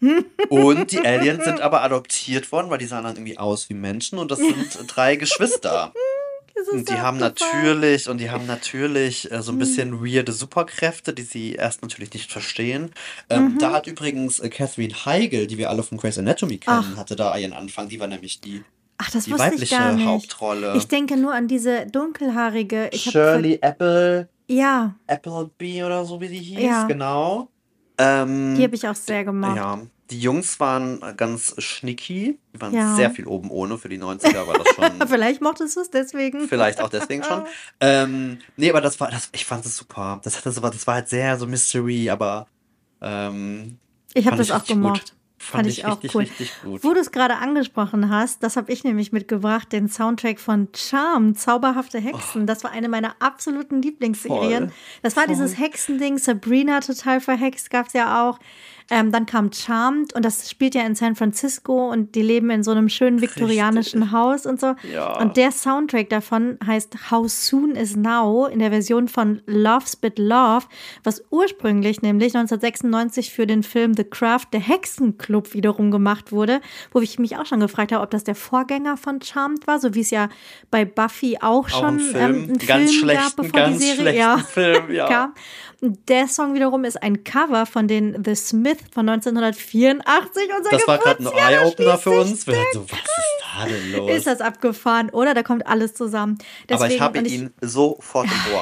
Und die Aliens sind aber adoptiert worden, weil die sahen dann irgendwie aus wie Menschen. Und das sind drei Geschwister. das ist Und die so haben abgefahren. natürlich, und die haben natürlich äh, so Mhm. ein bisschen weirde Superkräfte, die sie erst natürlich nicht verstehen. Ähm, Mhm. Da hat übrigens äh, Catherine Heigl, die wir alle von Grey's Anatomy kennen, Ach. hatte da ihren Anfang. Die war nämlich die, Ach, das die wusste ich weibliche gar nicht. Hauptrolle. Ich denke nur an diese dunkelhaarige. Ich hab Shirley Apple, ver- Ja, Appleby oder so wie sie hieß, Ja. genau. Ähm, die habe ich auch sehr gemacht. ja, die Jungs waren äh, ganz schnicky. Die waren Ja. sehr viel oben ohne. Für die neunziger war das schon. Vielleicht mochtest du es deswegen. Vielleicht auch deswegen schon. Ähm, nee, aber das war, das, ich fand es super. Das hatte so, das war halt sehr so Mystery, aber ähm, Ich habe fand das ich auch richtig gemocht. gut. Fand ich auch richtig, cool. richtig gut. Wo du es gerade angesprochen hast, das habe ich nämlich mitgebracht, den Soundtrack von Charmed, Zauberhafte Hexen. Das war eine meiner absoluten Lieblingsserien. Oh. Voll. Das war Voll. dieses Hexending, Sabrina total verhext, gab es ja auch. Ähm, dann kam Charmed und das spielt ja in San Francisco und die leben in so einem schönen viktorianischen Richtig. Haus und so. Ja. Und der Soundtrack davon heißt How Soon Is Now in der Version von Love Spit Love, was ursprünglich nämlich neunzehnhundertsechsundneunzig für den Film The Craft, der Hexenclub, wiederum gemacht wurde, wo ich mich auch schon gefragt habe, ob das der Vorgänger von Charmed war, so wie es ja bei Buffy auch Auch schon ein Film, ähm, einen ganz Film gab, schlechten, bevor ganz die Serie schlechten ja, Film, ja. kam. Und der Song wiederum ist ein Cover von den The Smith von neunzehnhundertvierundachtzig. Unser Das war gerade ein Geburtsjahr, da Eye-Opener für schließt uns. sich Wir dachten so, was ist da denn los? Ist das abgefahren, oder? Da kommt alles zusammen. aber ich Deswegen- habe und ihn sofort im Ohr.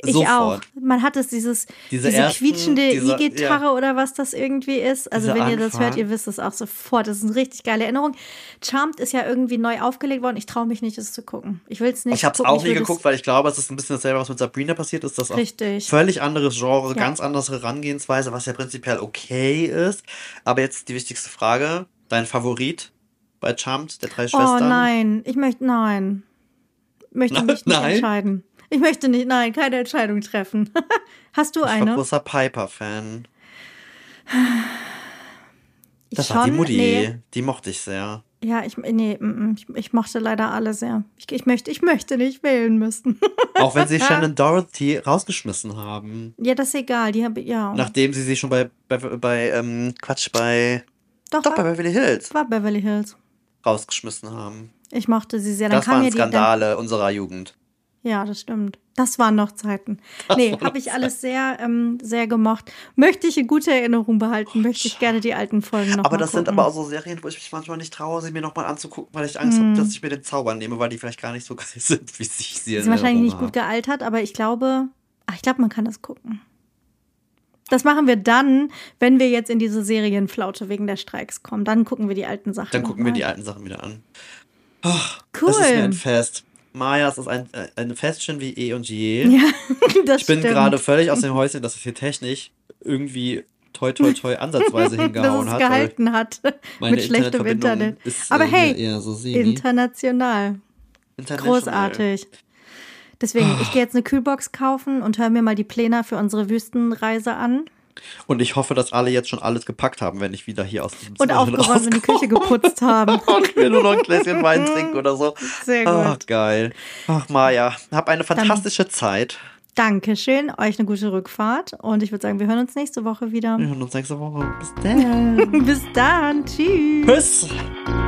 Ich Sofort. auch. Man hat es, dieses, Diese diese, ersten- quietschende dieser- E-Gitarre ja. oder was das irgendwie ist. Also Dieser wenn ihr das Anfang. hört, ihr wisst es auch sofort. Das ist eine richtig geile Erinnerung. Charmed ist ja irgendwie neu aufgelegt worden. Ich traue mich nicht, es zu gucken. Ich will es nicht Ich habe es gucken. auch nie will das- geguckt, weil ich glaube, es ist ein bisschen dasselbe, was mit Sabrina passiert ist. Das ist auch Richtig. völlig anderes Genre, Ja. ganz andere Herangehensweise, was ja prinzipiell okay ist. Aber jetzt die wichtigste Frage. Dein Favorit bei Charmed, der drei Oh Schwestern? nein, ich möchte, nein. Ich möchte mich nicht Nein? entscheiden. Ich möchte nicht, nein, keine Entscheidung treffen. Hast du Ich war eine? großer Piper-Fan. Ich Das war die schon? Mutti. Nee. Die mochte ich sehr. Ja, ich, nee, mm, mm, ich, ich mochte leider alle sehr. Ich, ich, möchte, ich möchte nicht wählen müssen. Auch wenn sie Shannon Dorothy rausgeschmissen haben. Ja, das ist egal. Die habe ja. Nachdem sie sie schon bei, bei, bei ähm, Quatsch, bei, Doch, doch, bei war, Beverly Hills war Beverly Hills. rausgeschmissen haben. Ich mochte sie sehr. Dann Das kam waren ja die, dann, Skandale unserer Jugend. ja, das stimmt. Das waren noch Zeiten. Nee, habe ich alles sehr, ähm, sehr gemocht. Möchte ich in guter Erinnerung behalten, möchte ich gerne die alten Folgen noch Aber mal das sind gucken. aber auch so Serien, wo ich mich manchmal nicht traue, sie mir nochmal anzugucken, weil ich Angst habe, dass ich mir den Zauber nehme, weil die vielleicht gar nicht so geil sind, wie sich sie Die in sind wahrscheinlich nicht Erinnerung gut gealtert, aber ich glaube, ach, ich glaube, man kann das gucken. Das machen wir dann, wenn wir jetzt in diese Serienflaute wegen der Streiks kommen. Dann gucken wir die alten Sachen. Dann gucken noch wir mal. die alten Sachen wieder an. Ach, Cool. Es ist mir ein Fest. Maja, es ist ein, äh, ein Festchen wie eh und je. Ja, das Ich bin stimmt. gerade völlig aus dem Häuschen, dass es hier technisch irgendwie toi toi toi ansatzweise hingehauen dass es hat. gehalten hat meine mit schlechtem Internetverbindung Internet. ist, Aber äh, hey, eher so semi. international. International. Großartig. Deswegen, ich gehe jetzt eine Kühlbox kaufen und höre mir mal die Pläne für unsere Wüstenreise an. Und ich hoffe, dass alle jetzt schon alles gepackt haben, wenn ich wieder hier aus dem Und Zimmer aufgeräumt und die rauskomme. Küche geputzt haben. Und wir nur noch ein Gläschen Wein trinken oder so. Sehr gut. Ach, geil. Ach, Maja, hab eine fantastische Zeit. Dankeschön, euch eine gute Rückfahrt. Und ich würde sagen, wir hören uns nächste Woche wieder. Wir hören uns nächste Woche. Bis dann. Bis dann. Tschüss. Tschüss.